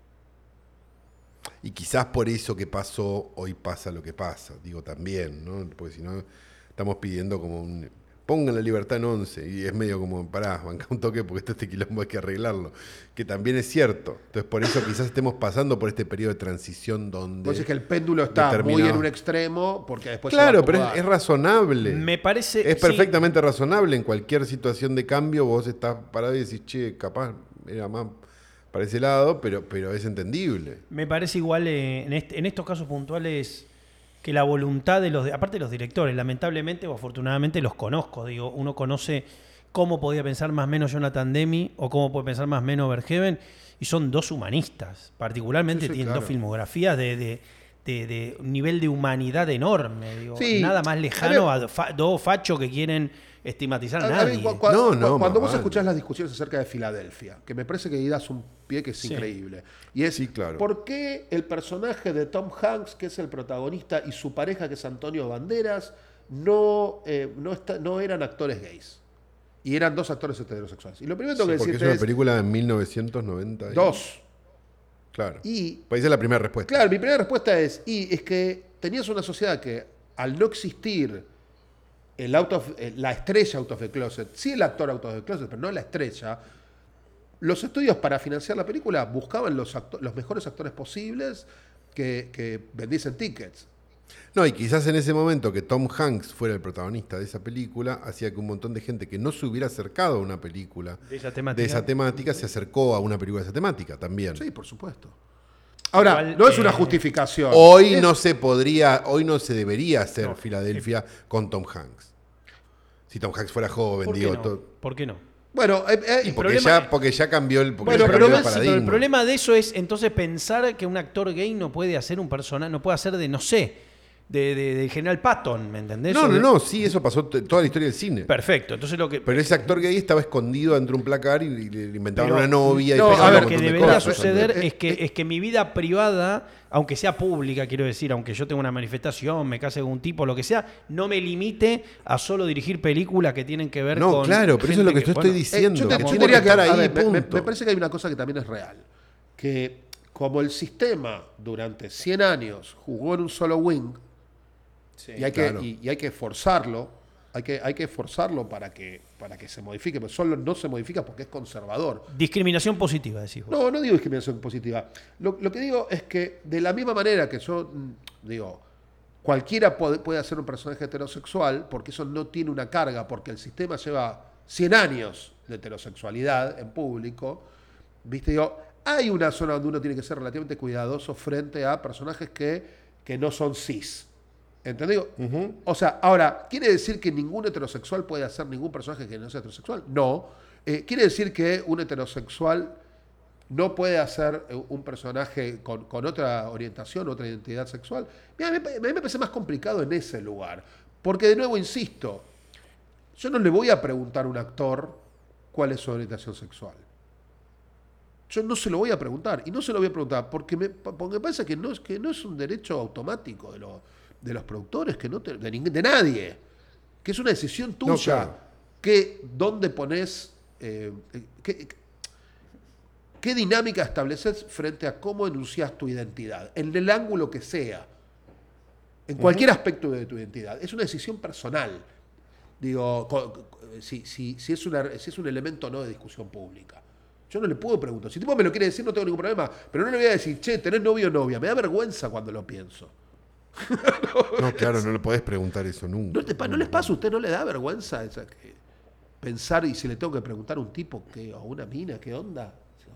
Y quizás por eso que pasó, hoy pasa lo que pasa. Digo también, ¿no? Porque si no, estamos pidiendo como un... Pongan la libertad en once. Y es medio como, pará, banca un toque porque este, este quilombo hay que arreglarlo. Que también es cierto. Entonces por eso quizás estemos pasando por este periodo de transición donde... Entonces que el péndulo está muy determinado- en un extremo porque después se va a Claro, pero es, acomodar. es razonable. Me parece. Es sí, perfectamente razonable. En cualquier situación de cambio vos estás parado y decís, che, capaz era más para ese lado, pero, pero es entendible. Me parece igual eh, en, este- en estos casos puntuales que la voluntad de los, de- aparte de los directores, lamentablemente o afortunadamente los conozco, digo, uno conoce cómo podía pensar más o menos Jonathan Demme o cómo puede pensar más o menos Verhoeven, y son dos humanistas, particularmente Sí, sí, tienen claro. dos filmografías de, de- de- de un nivel de humanidad enorme, digo, Sí. nada más lejano a, fa- dos fachos que quieren estigmatizar a A- a mí, nadie. cu- cu- No, cu- no, cuando más vos vale. escuchás las discusiones acerca de Filadelfia, que me parece que ahí das un pie que es Sí. increíble. Y es, Sí, claro. ¿por qué el personaje de Tom Hanks, que es el protagonista, y su pareja, que es Antonio Banderas, no, eh, no, está- no eran actores gays? Y eran dos actores heterosexuales. Y lo primero que tengo que Porque es decirte una es, película de mil novecientos noventa. y- dos. Claro. Y Pues esa es la primera respuesta. claro, mi primera respuesta es, y es que tenías una sociedad que al no existir el out of- eh, la estrella out of the closet, sí el actor out of the closet, pero no la estrella, los estudios para financiar la película buscaban los, acto- los mejores actores posibles que, que vendiesen tickets. No, y quizás en ese momento que Tom Hanks fuera el protagonista de esa película, hacía que un montón de gente que no se hubiera acercado a una película De esa temática. de esa temática se acercó a una película de esa temática también. Sí, por supuesto. Ahora, Igual, no es eh, una justificación. Hoy Es- no se podría, hoy no se debería hacer No, Filadelfia con Tom Hanks. Si Tom Hanks fuera joven, ¿Por qué digo, no? to- ¿Por qué no? Bueno, eh, eh, El porque, problema- ya, porque ya cambió el, porque Bueno, ya pero cambió ves, el Sí, pero paradigma. el problema de eso es entonces pensar que un actor gay no puede hacer un personaje, no puede hacer de, no sé, de, de, de General Patton, ¿me entendés? No, O no, de- no, sí, eso pasó t- toda la historia del cine. Perfecto, entonces lo que... Pero ese actor gay estaba escondido entre un placar y, y le inventaban Pero- una novia. no, y a pegaban ver, un lo que montón de debería cosas. suceder Eh, es que, es que mi vida privada, aunque sea pública, quiero decir, aunque yo tenga una manifestación, me case con un tipo, lo que sea, no me limite a solo dirigir películas que tienen que ver No, con... claro, pero eso es lo que gente yo estoy Eh, diciendo. yo te- que yo tengo diría que estar a ahí, ver, me- me, punto. me parece que hay una cosa que también es real. Que como el sistema durante cien años jugó en un solo wing, Sí, y, hay claro. que, y, y hay que forzarlo, hay que, hay que forzarlo para que, para que se modifique, pero solo no se modifica porque es conservador. Discriminación positiva, decís vos. No, no digo discriminación positiva. Lo, lo que digo es que de la misma manera que yo mm, digo, cualquiera puede, puede hacer un personaje heterosexual, porque eso no tiene una carga, porque el sistema lleva cien años de heterosexualidad en público, ¿viste? Digo, hay una zona donde uno tiene que ser relativamente cuidadoso frente a personajes que, que no son cis. ¿Entendido? O sea, ahora, ¿quiere decir que ningún heterosexual puede hacer ningún personaje que no sea heterosexual? No. Eh, ¿Quiere decir que un heterosexual no puede hacer eh, un personaje con, con otra orientación, otra identidad sexual? Mira, a mí, a mí me parece más complicado en ese lugar. Porque, de nuevo, insisto, yo no le voy a preguntar a un actor cuál es su orientación sexual. Yo no se lo voy a preguntar. Y no se lo voy a preguntar porque me, porque me parece que no, es, que no es un derecho automático de, lo, de los productores, que no te- de, ning- de nadie. Que es una decisión tuya. No, claro. Que dónde pones... eh, que- ¿Qué dinámica estableces frente a cómo enuncias tu identidad? En el ángulo que sea. En cualquier uh-huh. aspecto de tu identidad. Es una decisión personal. Digo, si, si, si, es una, si es un elemento o no de discusión pública. Yo no le puedo preguntar. Si el tipo me lo quiere decir, no tengo ningún problema. Pero no le voy a decir, che, ¿tenés novio o novia? Me da vergüenza cuando lo pienso. no, no, claro, no le podés preguntar eso nunca. ¿No, te, ¿no les pasa a usted? ¿No le da vergüenza esa que pensar y si le tengo que preguntar a un tipo que, o a una mina, qué onda?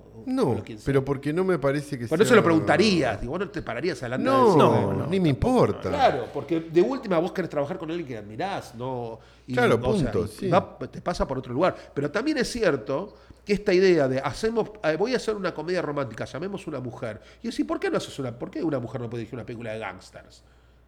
No, pero porque no me parece que Por sea... eso lo preguntarías. Digo, vos no te pararías adelante no, de decir, no, no, ni me importa. Claro, porque de última vos querés trabajar con alguien que admirás, ¿no? Y, claro, o punto. Sea, sí. va, te pasa por otro lugar. Pero también es cierto que esta idea de hacemos, eh, voy a hacer una comedia romántica, llamemos una mujer. Y decir, ¿por qué no haces una, por qué una mujer no puede dirigir una película de gángsters?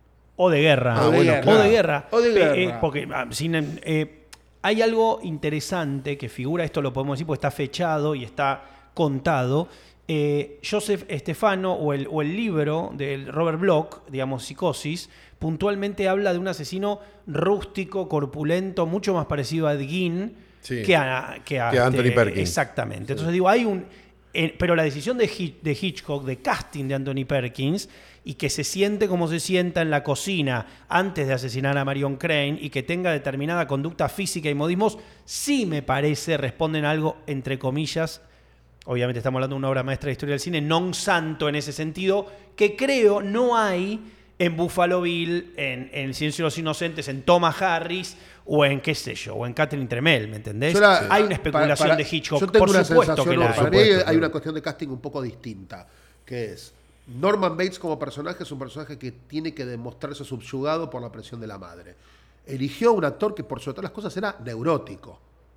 O de guerra. Ah, o, de bueno, guerra. claro. o de guerra. O de guerra. Eh, porque ah, sin, eh, hay algo interesante que figura, esto lo podemos decir porque está fechado y está contado. Eh, Joseph Stefano o el, o el libro del Robert Bloch, digamos Psicosis, puntualmente habla de un asesino rústico, corpulento, mucho más parecido a Ed Gein sí. que a, que a, que a Anthony este, Perkins. Exactamente. Sí. Entonces digo, hay un... Eh, pero la decisión de, Hitch, de Hitchcock, de casting de Anthony Perkins, y que se siente como se sienta en la cocina antes de asesinar a Marion Crane y que tenga determinada conducta física y modismos, sí me parece responden a algo, entre comillas, obviamente estamos hablando de una obra maestra de historia del cine, non santo en ese sentido, que creo no hay en Buffalo Bill, en, en El silencio de los inocentes, en Thomas Harris o en qué sé yo, o en Catherine Tremel, ¿me entendés? La, hay una especulación para, para, de Hitchcock, yo tengo por una supuesto que la hay. Para mí hay una cuestión de casting un poco distinta, que es Norman Bates como personaje es un personaje que tiene que demostrarse subyugado por la presión de la madre. Eligió a un actor que por sobre todas las cosas era neurótico.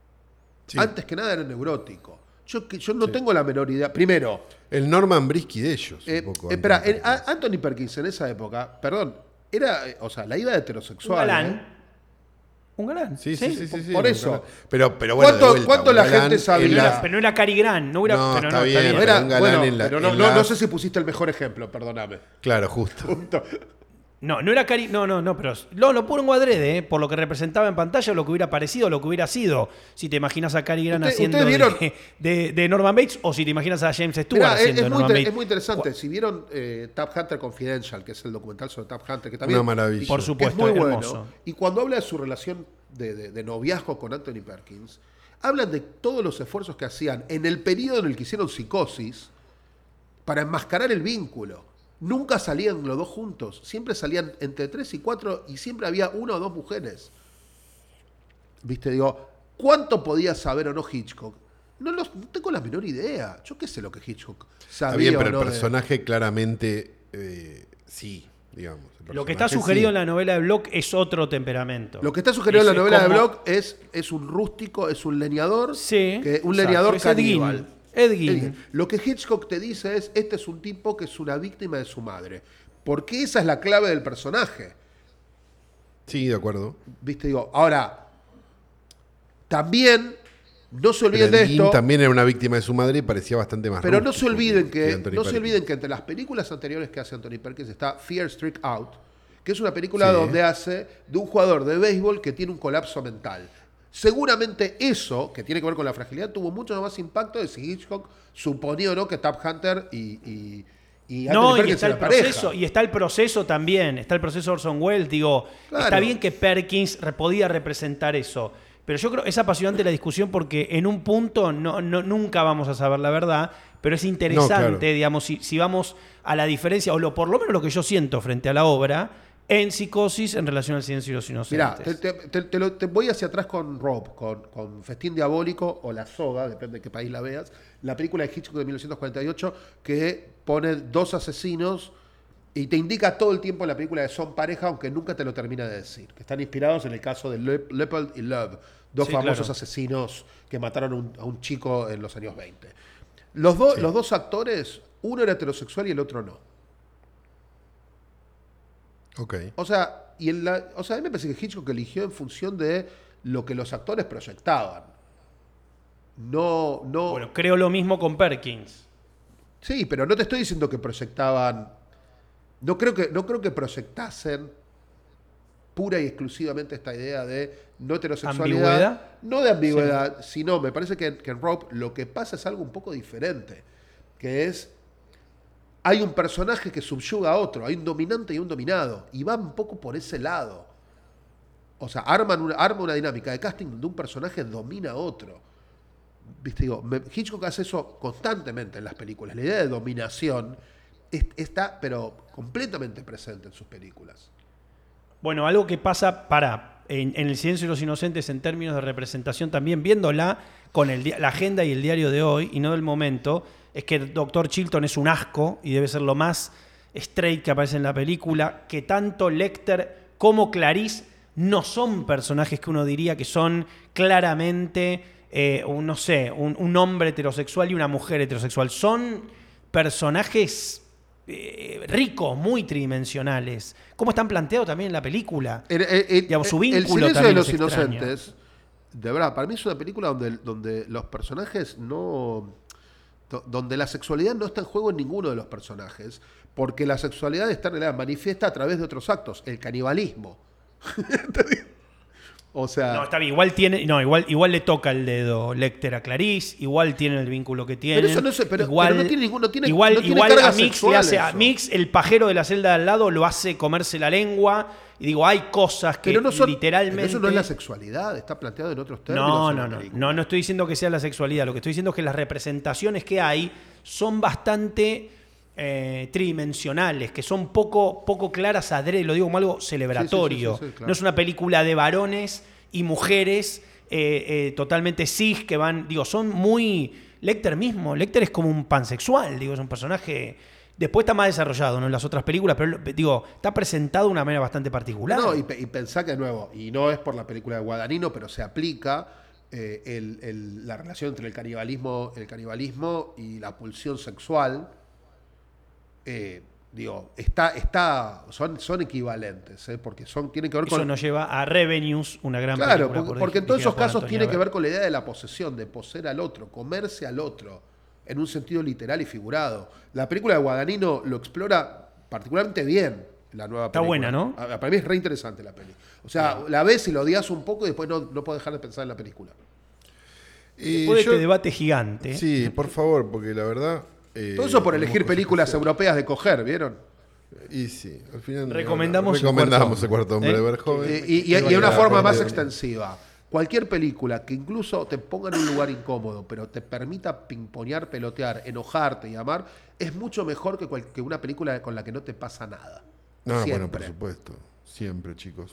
Sí. Antes que nada era neurótico. Yo, yo no sí. tengo la menor idea. Primero, el Norman Brisky de ellos. Eh, un poco, espera, Anthony, Perkins. Anthony Perkins en esa época, perdón, era, o sea, la ida heterosexual. Un galán. ¿eh? Un galán. Sí, sí, sí. sí, sí por sí, eso. Pero, pero bueno, ¿Cuánto, vuelta, ¿cuánto la galán, gente sabía? La, pero no era Cary Grant. No, era, no, pero está no, bien, está bien. pero era, un galán bueno, en la, pero no, en no, la... no sé si pusiste el mejor ejemplo, perdóname. Claro, justo. Punto. No, no era Cary, no, no, no, pero lo, lo puro en adrede, ¿eh? Por lo que representaba en pantalla, lo que hubiera parecido, lo que hubiera sido. Si te imaginas a Cary Grant ¿Usted, haciendo de, de, de Norman Bates o si te imaginas a James Stewart Mirá, haciendo es, es de Norman Norman Bates. Bates. Es muy interesante. Si vieron eh, Tap Hunter Confidential, que es el documental sobre Tap Hunter, que también una maravilla. Por supuesto, es muy hermoso. Bueno, y cuando habla de su relación de, de, de noviazgo con Anthony Perkins, hablan de todos los esfuerzos que hacían en el periodo en el que hicieron Psicosis para enmascarar el vínculo. Nunca salían los dos juntos, siempre salían entre tres y cuatro y siempre había una o dos mujeres. Viste, digo, ¿cuánto podía saber o no Hitchcock? No, los, no tengo la menor idea. Yo qué sé lo que Hitchcock sabía. Está bien, pero o no el personaje de... claramente eh, sí, digamos. Lo que está sugerido sí. en la novela de Bloch es otro temperamento. Lo que está sugerido es, en la novela como... de Bloch es, es un rústico, es un leñador, sí, que, un leñador caníbal. Ed Gein. Lo que Hitchcock te dice es, este es un tipo que es una víctima de su madre. Porque esa es la clave del personaje. Sí, de acuerdo. Viste, digo, ahora, también, no se olviden pero de esto. También era una víctima de su madre y parecía bastante más Pero no se olviden que, que no se olviden que entre las películas anteriores que hace Anthony Perkins está Fear Streak Out, que es una película sí. donde hace de un jugador de béisbol que tiene un colapso mental. Seguramente eso, que tiene que ver con la fragilidad, tuvo mucho más impacto de si Hitchcock suponía o no que Tap Hunter y, y, y Anthony no, Perkins y está el pareja. proceso, y está el proceso también, está el proceso Orson Welles, digo, claro. Está bien que Perkins podía representar eso, pero yo creo que es apasionante la discusión porque en un punto no, no, nunca vamos a saber la verdad, pero es interesante, no, claro. digamos, si, si vamos a la diferencia, o lo, por lo menos lo que yo siento frente a la obra, en Psicosis en relación al silencio de los inocentes. Mirá, te, te, te, lo, te voy hacia atrás con Rob, con, con Festín Diabólico o La Soga, depende de qué país la veas, la película de Hitchcock de mil novecientos cuarenta y ocho que pone dos asesinos y te indica todo el tiempo en la película que son pareja, aunque nunca te lo termina de decir, que están inspirados en el caso de Le- Leopold y Love, dos sí, famosos claro. asesinos que mataron un, a un chico en los años veinte. Los, do, sí. los dos actores, uno era heterosexual y el otro no. Okay. O sea, y en la, o sea, a mí me parece que Hitchcock eligió en función de lo que los actores proyectaban. No, no. Bueno, creo lo mismo con Perkins. Sí, pero no te estoy diciendo que proyectaban. No creo que, no creo que proyectasen pura y exclusivamente esta idea de no heterosexualidad. ¿Ambigüedad? No de ambigüedad, sí. sino me parece que, que en Rope lo que pasa es algo un poco diferente, que es, hay un personaje que subyuga a otro, hay un dominante y un dominado, y va un poco por ese lado. O sea, arman una, arma una dinámica de casting donde un personaje domina a otro. ¿Viste? Digo, me, Hitchcock hace eso constantemente en las películas. La idea de dominación es, está, pero completamente presente en sus películas. Bueno, algo que pasa para en, en El silencio de los inocentes en términos de representación también, viéndola con el, la agenda y el diario de hoy y no del momento, es que el doctor Chilton es un asco y debe ser lo más straight que aparece en la película, que tanto Lecter como Clarice no son personajes que uno diría que son claramente, eh, un, no sé, un, un hombre heterosexual y una mujer heterosexual. Son personajes eh, ricos, muy tridimensionales. ¿Cómo están planteados también en la película? El, el, el, Digamos, su el vínculo silencio también de los es extraño. inocentes, de verdad, para mí es una película donde, donde los personajes no... donde la sexualidad no está en juego en ninguno de los personajes, porque la sexualidad está en realidad manifiesta a través de otros actos, el canibalismo. O sea, No, está bien, igual tiene, no, igual, igual le toca el dedo Lecter a Clarice, igual tiene el vínculo que tiene. pero eso no sé, pero, igual, pero no tiene ningún, no tiene, igual, no tiene igual carga a Mix le sexual hace a eso. Mix, el pajero de la celda de al lado, lo hace comerse la lengua. Y digo, hay cosas que Pero no son, literalmente. pero eso no es la sexualidad, está planteado en otros términos. No, en no, la no, película. no, no estoy diciendo que sea la sexualidad. Lo que estoy diciendo es que las representaciones que hay son bastante eh, tridimensionales, que son poco, poco claras adrede, lo digo como algo celebratorio. Sí, sí, sí, sí, sí, claro. No es una película de varones y mujeres eh, eh, totalmente cis que van, digo, son muy... Lecter mismo, Lecter es como un pansexual, digo, es un personaje... Después está más desarrollado, ¿no? En las otras películas, pero digo, está presentado de una manera bastante particular. No, y, y pensá que de nuevo, y no es por la película de Guadagnino, pero se aplica eh, el, el, la relación entre el canibalismo, el canibalismo y la pulsión sexual. Eh, digo, está, está, son, son equivalentes, ¿eh? Porque son, tienen que ver con. Eso nos lleva a Revenues, una gran Claro, película. porque, por porque en todos dirigida esos por casos Antonia tiene que Berg. ver con la idea de la posesión, de poseer al otro, comerse al otro, en un sentido literal y figurado. La película de Guadagnino lo explora particularmente bien, la nueva Está película. buena, ¿no? A- Para mí es re interesante la peli. O sea, la ves y lo odias un poco y después no, no puedes dejar de pensar en la película. Y Después de yo- este debate gigante. Sí, por favor, porque la verdad... eh, Todo eso por tenemos elegir cosas películas que hacer. europeas de coger, ¿vieron? Y sí, al final... Recomendamos El recomendamos Cuarto el cuarto hombre ¿Eh? de Verhoeven. Eh, y, y- y Que de una vale forma la más pena. extensiva. Cualquier película que incluso te ponga en un lugar incómodo, pero te permita pimponear, pelotear, enojarte y amar, es mucho mejor que, cual- que una película con la que no te pasa nada. No, Siempre. bueno, por supuesto. Siempre, chicos.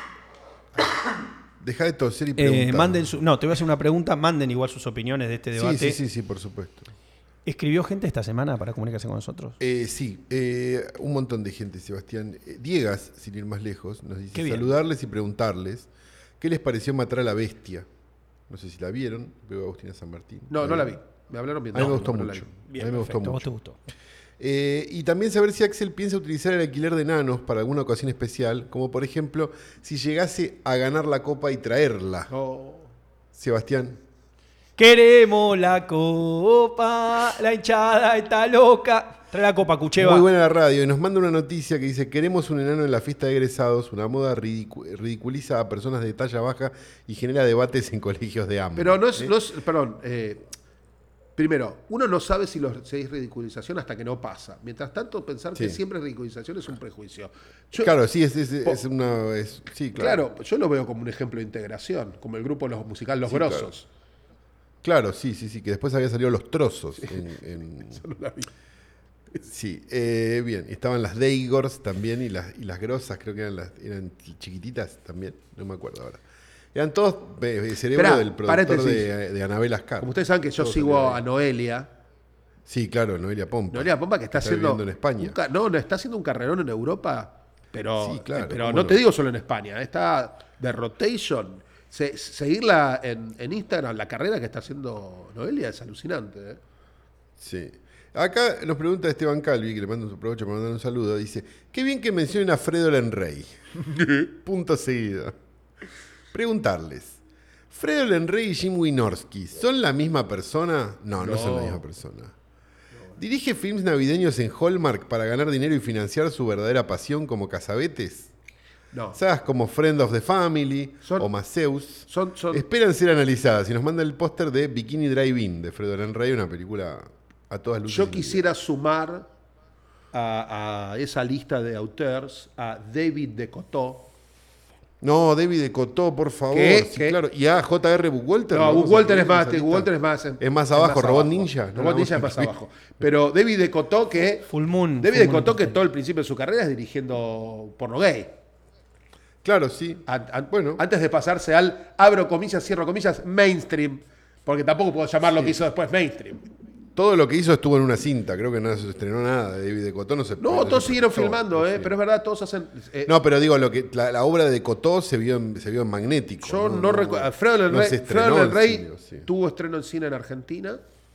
Deja de toser y Eh, preguntar. manden su- no, te voy a hacer una pregunta. Manden igual sus opiniones de este debate. Sí, sí, sí, sí, por supuesto. ¿Escribió gente esta semana para comunicarse con nosotros? Eh, sí, eh, un montón de gente, Sebastián. Eh, Diegas, sin ir más lejos, nos dice Qué bien. saludarles y preguntarles qué les pareció Matar a la Bestia. No sé si la vieron, veo a Agustina San Martín. No, no la vi. Me hablaron bien. A mí me No, gustó no la mucho. vi. Bien, a mí me gustó perfecto. ¿A vos mucho. te gustó? Eh, y también saber si Axel piensa utilizar el alquiler de enanos para alguna ocasión especial, como por ejemplo si llegase a ganar la copa y traerla. Oh. Sebastián. Queremos la copa, la hinchada está loca. Trae la copa, Cucheva. Muy buena la radio. Y nos manda una noticia que dice: queremos un enano en la fiesta de egresados. Una moda ridicu- ridiculiza a personas de talla baja y genera debates en colegios de hambre. Pero no es, ¿Eh? no es perdón, eh, primero, uno no sabe si, los, si es ridiculización hasta que no pasa. Mientras tanto, pensar que Sí. siempre es ridiculización es un prejuicio. Yo- Claro, sí, es, es, Po- es una. es- sí, claro. Claro, yo lo veo como un ejemplo de integración, como el grupo los musical Los Sí, Grosos. Claro, sí, sí, sí. Que después había salido Los Trozos. En, en- Yo no la vi. Sí, eh, bien. Estaban las Daigors también y las, y las grosas, creo que eran, las, eran chiquititas también. No me acuerdo ahora. Eran todos eh, cerebro Esperá, del productor paréntesis. de, de Anabel Ascar. Como ustedes saben que yo Todos sigo salieron a ahí. Noelia. Sí, claro, Noelia Pompa. Noelia Pompa que está, Está haciendo. viviendo en España. un ca- no, no, está haciendo un carrerón en Europa. Pero, Sí, claro, eh, pero cómo no no. te digo solo en España. Está de rotation. Se- seguirla en, en Instagram, la carrera que está haciendo Noelia es alucinante. ¿eh? Sí. Acá nos pregunta Esteban Calvi, que le mando un aprovecho para mandar un saludo. Dice: qué bien que mencionen a Fredo Lenrey. Punto seguido. Preguntarles: ¿Fredo Lenrey y Jim Wynorski son la misma persona? No, no, No. son la misma persona. ¿Dirige films navideños en Hallmark para ganar dinero y financiar su verdadera pasión como cazabetes? No. Sagas como Friend of the Family Son- o Maceus Son, son, esperan ser analizadas y nos mandan el póster de Bikini Drive-In de Fredo Rey, una película a todas luces. yo quisiera sumar a, a esa lista de auteurs a David de Coteau. No, David de Coteau, por favor. ¿Qué? Sí, ¿Qué? claro. Y a J R Buchwalter. No, ¿lo vamos a Walter poner es en más, esa lista? Walter es más. Es más abajo, Robot Ninja. No, Robot no, Ninja es no. más abajo. Pero David de Coteau, que. Full Moon. David Full de Moon Coteau, que Entertainment. todo el principio de su carrera es dirigiendo porno gay. Claro, sí. An- an- Bueno. Antes de pasarse al, abro comillas, cierro comillas, mainstream. Porque tampoco puedo llamar lo que hizo después mainstream. Todo lo que hizo estuvo en una cinta. Creo que no se estrenó nada de David de Coteau. No, se, No, se todos siguieron proyectó, filmando, eh, sí. pero es verdad, todos hacen. eh, No, pero digo, lo que la, la obra de Coteau se vio en, se vio en Magnético. yo no, recuerdo. Alfredo del no Rey, se Alfredo estrenó del en Rey cine, sí. tuvo estreno en cine en Argentina.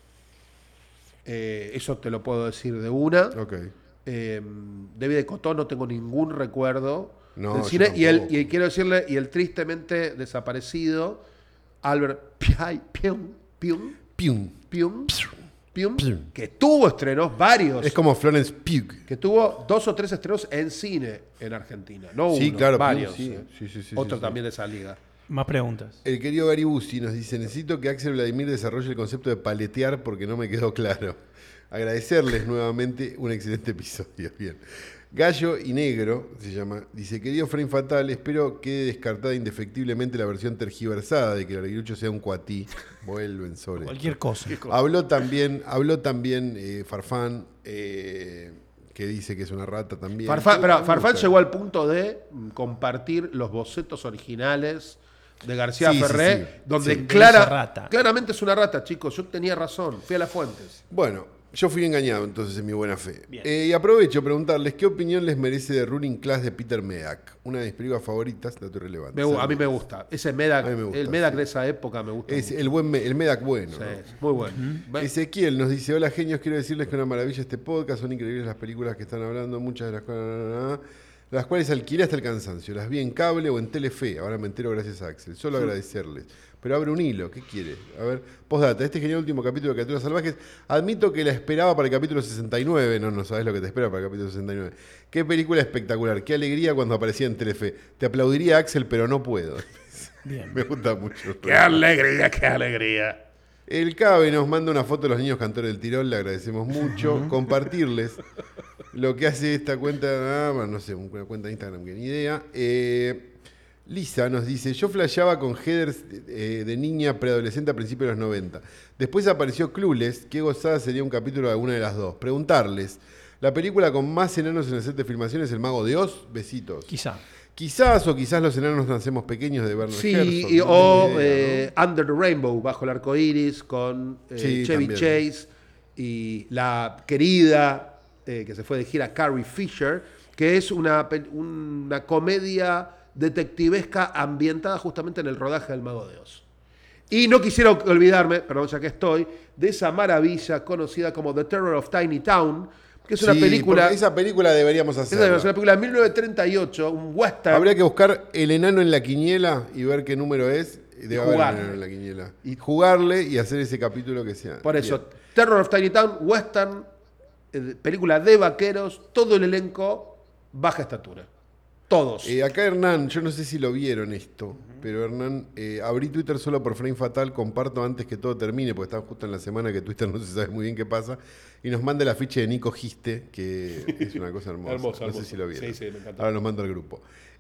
Eh, eso te lo puedo decir de una. Ok. Eh, David de Coteau no tengo ningún recuerdo No, del yo cine. Y el, tampoco. y quiero decirle, y el tristemente desaparecido Albert Piai- Pium, Pium, Pium. Pium, Pium, Pium. que tuvo estrenos varios. Es como Florence Pugh. Que tuvo dos o tres estrenos en cine en Argentina. No Sí, uno, claro, varios. sí. eh. Sí, sí, sí, Otro sí, también de esa liga. Más preguntas. El querido Gary Bussi nos dice, necesito que Axel Vladimir desarrolle el concepto de paletear porque no me quedó claro. Agradecerles nuevamente un excelente episodio. Bien. Gallo y Negro, se llama, dice, querido Frame Fatal, espero quede descartada indefectiblemente la versión tergiversada de que el arguirucho sea un cuatí. Vuelven sobre Cualquier esto. cosa. Habló también, habló también eh, Farfán, eh, que dice que es una rata también. Farfán, pero Me Farfán gusta. llegó al punto de mm, compartir los bocetos originales de García Sí, sí, Ferré, sí. donde Sí. clara- De esa rata. claramente es una rata, chicos. Yo tenía razón, fui a las fuentes. Bueno, yo fui engañado entonces en mi buena fe. Bien. Eh, y aprovecho preguntarles qué opinión les merece de Running Class de Peter Medak, una de mis películas favoritas, dato irrelevante. Me gu- a mí me gusta. Ese Medak, A mí me gusta, el Medak sí. de esa época me gusta. Es mucho. el, buen Me- el Medak bueno. Sí, ¿no? es muy bueno. Ve- Ezequiel nos dice, hola genios, quiero decirles que una maravilla este podcast, son increíbles las películas que están hablando, muchas de las cuales, las cuales alquilé hasta el cansancio, las vi en cable o en Telefe, ahora me entero gracias a Axel, solo agradecerles. Pero abre un hilo, ¿qué quiere? A ver, postdata, este genial último capítulo de Criaturas Salvajes, admito que la esperaba para el capítulo sesenta y nueve, no, no sabes lo que te espera para el capítulo sesenta y nueve. Qué película espectacular, qué alegría cuando aparecía en Telefe. Te aplaudiría Axel, pero no puedo. Bien. Me gusta mucho. ¡Qué alegría, qué alegría! El Cabe nos manda una foto de los niños cantores del Tirol, le agradecemos mucho. Compartirles lo que hace esta cuenta, ah, bueno, no sé, una cuenta de Instagram que ni idea. Eh, Lisa nos dice, yo flasheaba con headers eh, de niña preadolescente a principios de los noventa. Después apareció Clueless, qué gozada sería un capítulo de alguna de las dos. Preguntarles, ¿la película con más enanos en el set de filmación es El Mago de Oz? Besitos. Quizá. Quizás o quizás los enanos nacemos pequeños de Werner Sí, Herzog, y- no o tengo ni idea, eh, Under the Rainbow, Bajo el Arco Iris, con eh, Sí, Chevy también. Chase y la querida eh, que se fue de gira, Carrie Fisher, que es una, pe- una comedia detectivesca ambientada justamente en el rodaje del Mago de Oz. Y no quisiera olvidarme, perdón, ya que estoy, de esa maravilla conocida como The Terror of Tiny Town, que es una Sí, película... porque esa película deberíamos esa hacer. es una película de mil novecientos treinta y ocho, un western. Habría que buscar el enano en la quiniela y ver qué número es. Debe haber un jugarle. enano en la quiniela. Y jugarle y hacer ese capítulo que sea. Por eso, Bien. Terror of Tiny Town, western, eh, película de vaqueros, todo el elenco, baja estatura. Todos. Eh, acá Hernán, yo no sé si lo vieron esto, pero Hernán, eh, abrí Twitter solo por Frame Fatal, comparto antes que todo termine, porque está justo en la semana que Twitter no se sabe muy bien qué pasa, y nos manda el afiche de Nico Giste, que es una cosa hermosa. Hermoso, no hermoso. sé si lo vieron. Sí, sí, me encantó. Ahora los mando al grupo.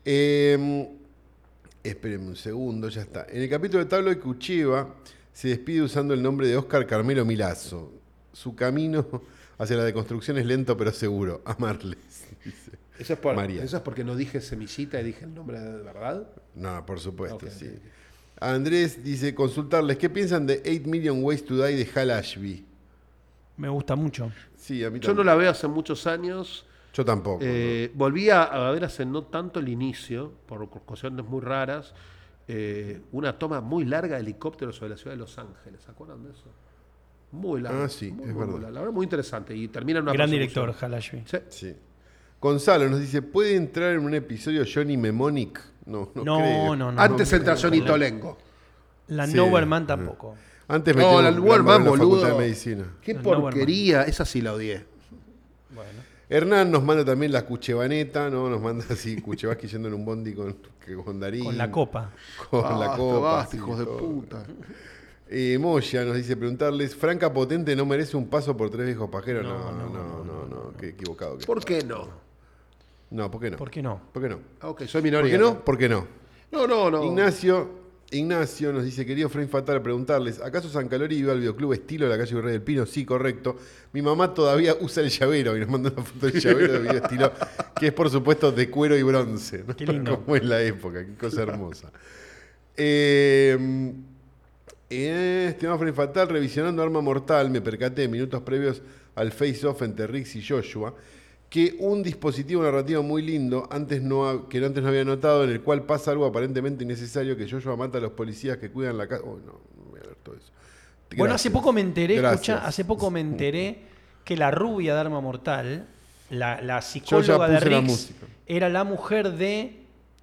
Eh, espérenme un segundo, ya está. En el capítulo de Tablo de Cuchiva se despide usando el nombre de Óscar Carmelo Milazzo. Su camino hacia la deconstrucción es lento pero seguro. Amarles, dice. Eso es, por- María. eso es porque no dije semillita y dije el nombre de verdad. No, por supuesto, Ok, sí. ok, ok. Andrés dice, consultarles, ¿qué piensan de eight million Ways to Die de Hal Ashby? Me gusta mucho. Sí, a mí Yo no tampoco. la veo hace muchos años. Yo tampoco. Eh, volví a, a ver hace no tanto el inicio, por cuestiones muy raras, eh, una toma muy larga de helicóptero sobre la ciudad de Los Ángeles. ¿Se acuerdan de eso? Muy larga. Ah, sí, muy, es muy, verdad. muy larga. La verdad, muy interesante. Y termina en una Gran persecución. director, Hal Ashby. Sí. ¿no? Sí. Gonzalo nos dice, ¿puede entrar en un episodio Johnny Mnemonic? No, no, No, creo. no, no. Antes no, entra no, Johnny no. Tolengo. La Sí, Noberman ajá. tampoco. Antes No, metemos la Glambar Warman, en la Facultad boludo. de Medicina. Qué No, porquería. Esa sí la odié. Bueno. Hernán nos manda también la cuchevaneta, ¿no? Nos manda así, Kuchevaski yendo en un bondi con, con Darín. Con la copa. Con la Basta, copa. basta, sí, hijos de todo. puta. Eh, Moya nos dice preguntarles, Franca Potente no merece un paso por tres viejos pajeros. No, No, no, no, no, no, no, no, qué equivocado. Que ¿Por está. qué no? No, ¿por qué no? ¿Por qué no? ¿Por qué no? Ah, ok, soy ¿Por minoría. qué no? ¿Por qué no? No, no, no. Ignacio, Ignacio nos dice, querido Frame Fatal, preguntarles, ¿acaso San Calori iba al videoclub estilo de la calle Virrey del Pino? Sí, correcto. Mi mamá todavía usa el llavero y nos manda una foto del llavero de video estilo, que es por supuesto de cuero y bronce, ¿no? Qué lindo. Como en la época, qué cosa hermosa. Eh, eh, este tema Frame Fatal, revisionando Arma Mortal, me percaté minutos previos al face-off entre Riggs y Joshua, que un dispositivo narrativo muy lindo antes no ha- que antes no había notado, en el cual pasa algo aparentemente innecesario, que Joshua mata a los policías que cuidan la casa. Oh, no, no voy a ver todo eso. Bueno, Gracias. hace poco me enteré, Gracias. escucha, hace poco me enteré que la rubia de Arma Mortal, la, la Yo ya psicóloga de puse la Riggs, música. era la mujer de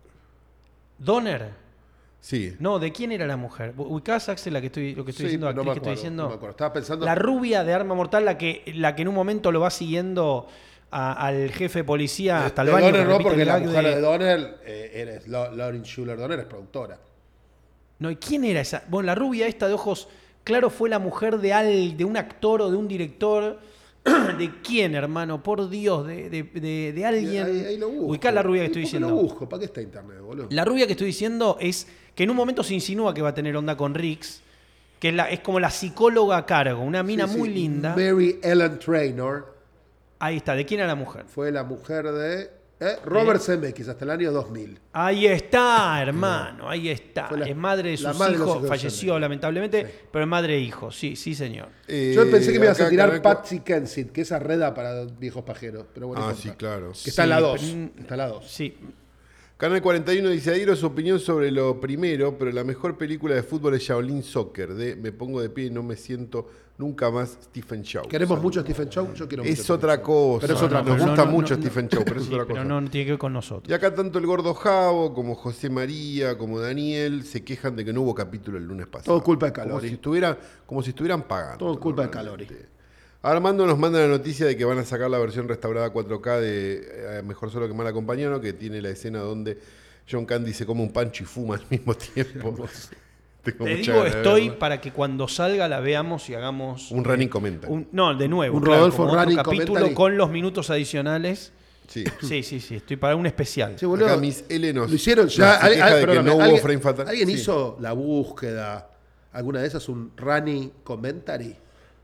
Donner. Sí. No, ¿de quién era la mujer? ¿Ubicás, Axel, la que estoy, lo que estoy Sí, diciendo, no actriz me que estoy acuerdo, diciendo? no me acuerdo. Estaba pensando. La rubia de Arma Mortal, la que, la que en un momento lo va siguiendo a- al jefe de policía hasta el de baño. Donner que no, repite porque el la gag mujer de, de- Donner eh, eres Lo- Lauren Schuler Donner, es productora. No, ¿y quién era esa? Bueno, la rubia esta de ojos claros fue la mujer de, al, de un actor o de un director. ¿De quién, hermano? Por Dios, de, de, de, de alguien. Ahí, ahí lo busco. Ubicá la rubia que ¿Y estoy por qué diciendo. lo busco? ¿Para qué está internet, boludo? La rubia que estoy diciendo es que en un momento se insinúa que va a tener onda con Riggs, que es, la, es como la psicóloga a cargo, una mina Sí, muy sí. linda. Mary Ellen Trainor Ahí está, ¿de quién era la mujer? fue la mujer de eh, Robert Zemeckis hasta el año dos mil. Ahí está, hermano, ahí está. Fue la- es madre de la sus madre de los hijos, hijos de falleció Zemeckis. lamentablemente, pero es madre de hijos, sí, sí, señor. Eh, Yo pensé que me ibas a acá tirar Caraco- Patsy Kensit, que es arreda para viejos pajeros. Pero bueno, Ah, no sí, importa. claro. Que está en la Sí, dos. pero- Está en la dos. Sí, Canal cuarenta y uno dice, adhiero su opinión sobre lo primero, pero la mejor película de fútbol es Shaolin Soccer, de Me pongo de pie y no me siento nunca más Stephen Chow. ¿Queremos Saludos. mucho a Stephen Chow? Yo quiero mucho a Es Stephen otra Chow. cosa. Pero es otra Nos cosa. no, gusta no, mucho no, Stephen no. Chow, pero es Sí, otra pero cosa. no, no tiene que ver con nosotros. Y acá tanto el gordo Javo como José María, como Daniel, se quejan de que no hubo capítulo el lunes pasado. Todo culpa de Como Calori. si, estuviera, como si estuvieran pagando. Todo culpa de realmente. Calori. Armando nos manda la noticia de que van a sacar la versión restaurada cuatro K de eh, Mejor Solo que Mal Acompañado, que tiene la escena donde John Candy se come un pancho y fuma al mismo tiempo. Tengo Te mucha digo, ganas de estoy verla. para que cuando salga la veamos y hagamos... Un running commentary. un- no, de nuevo. Un claro, Rodolfo como otro Running capítulo commentary. con los minutos adicionales. Sí. Sí, sí, sí, estoy para un especial. Sí, boludo. Acá Miss L nos, Lo hicieron nos ya. se al- queja al- de que perdóname, no hubo ¿alguien, frame fatal. ¿alguien Sí. hizo la búsqueda? ¿Alguna de esas? ¿Un running commentary?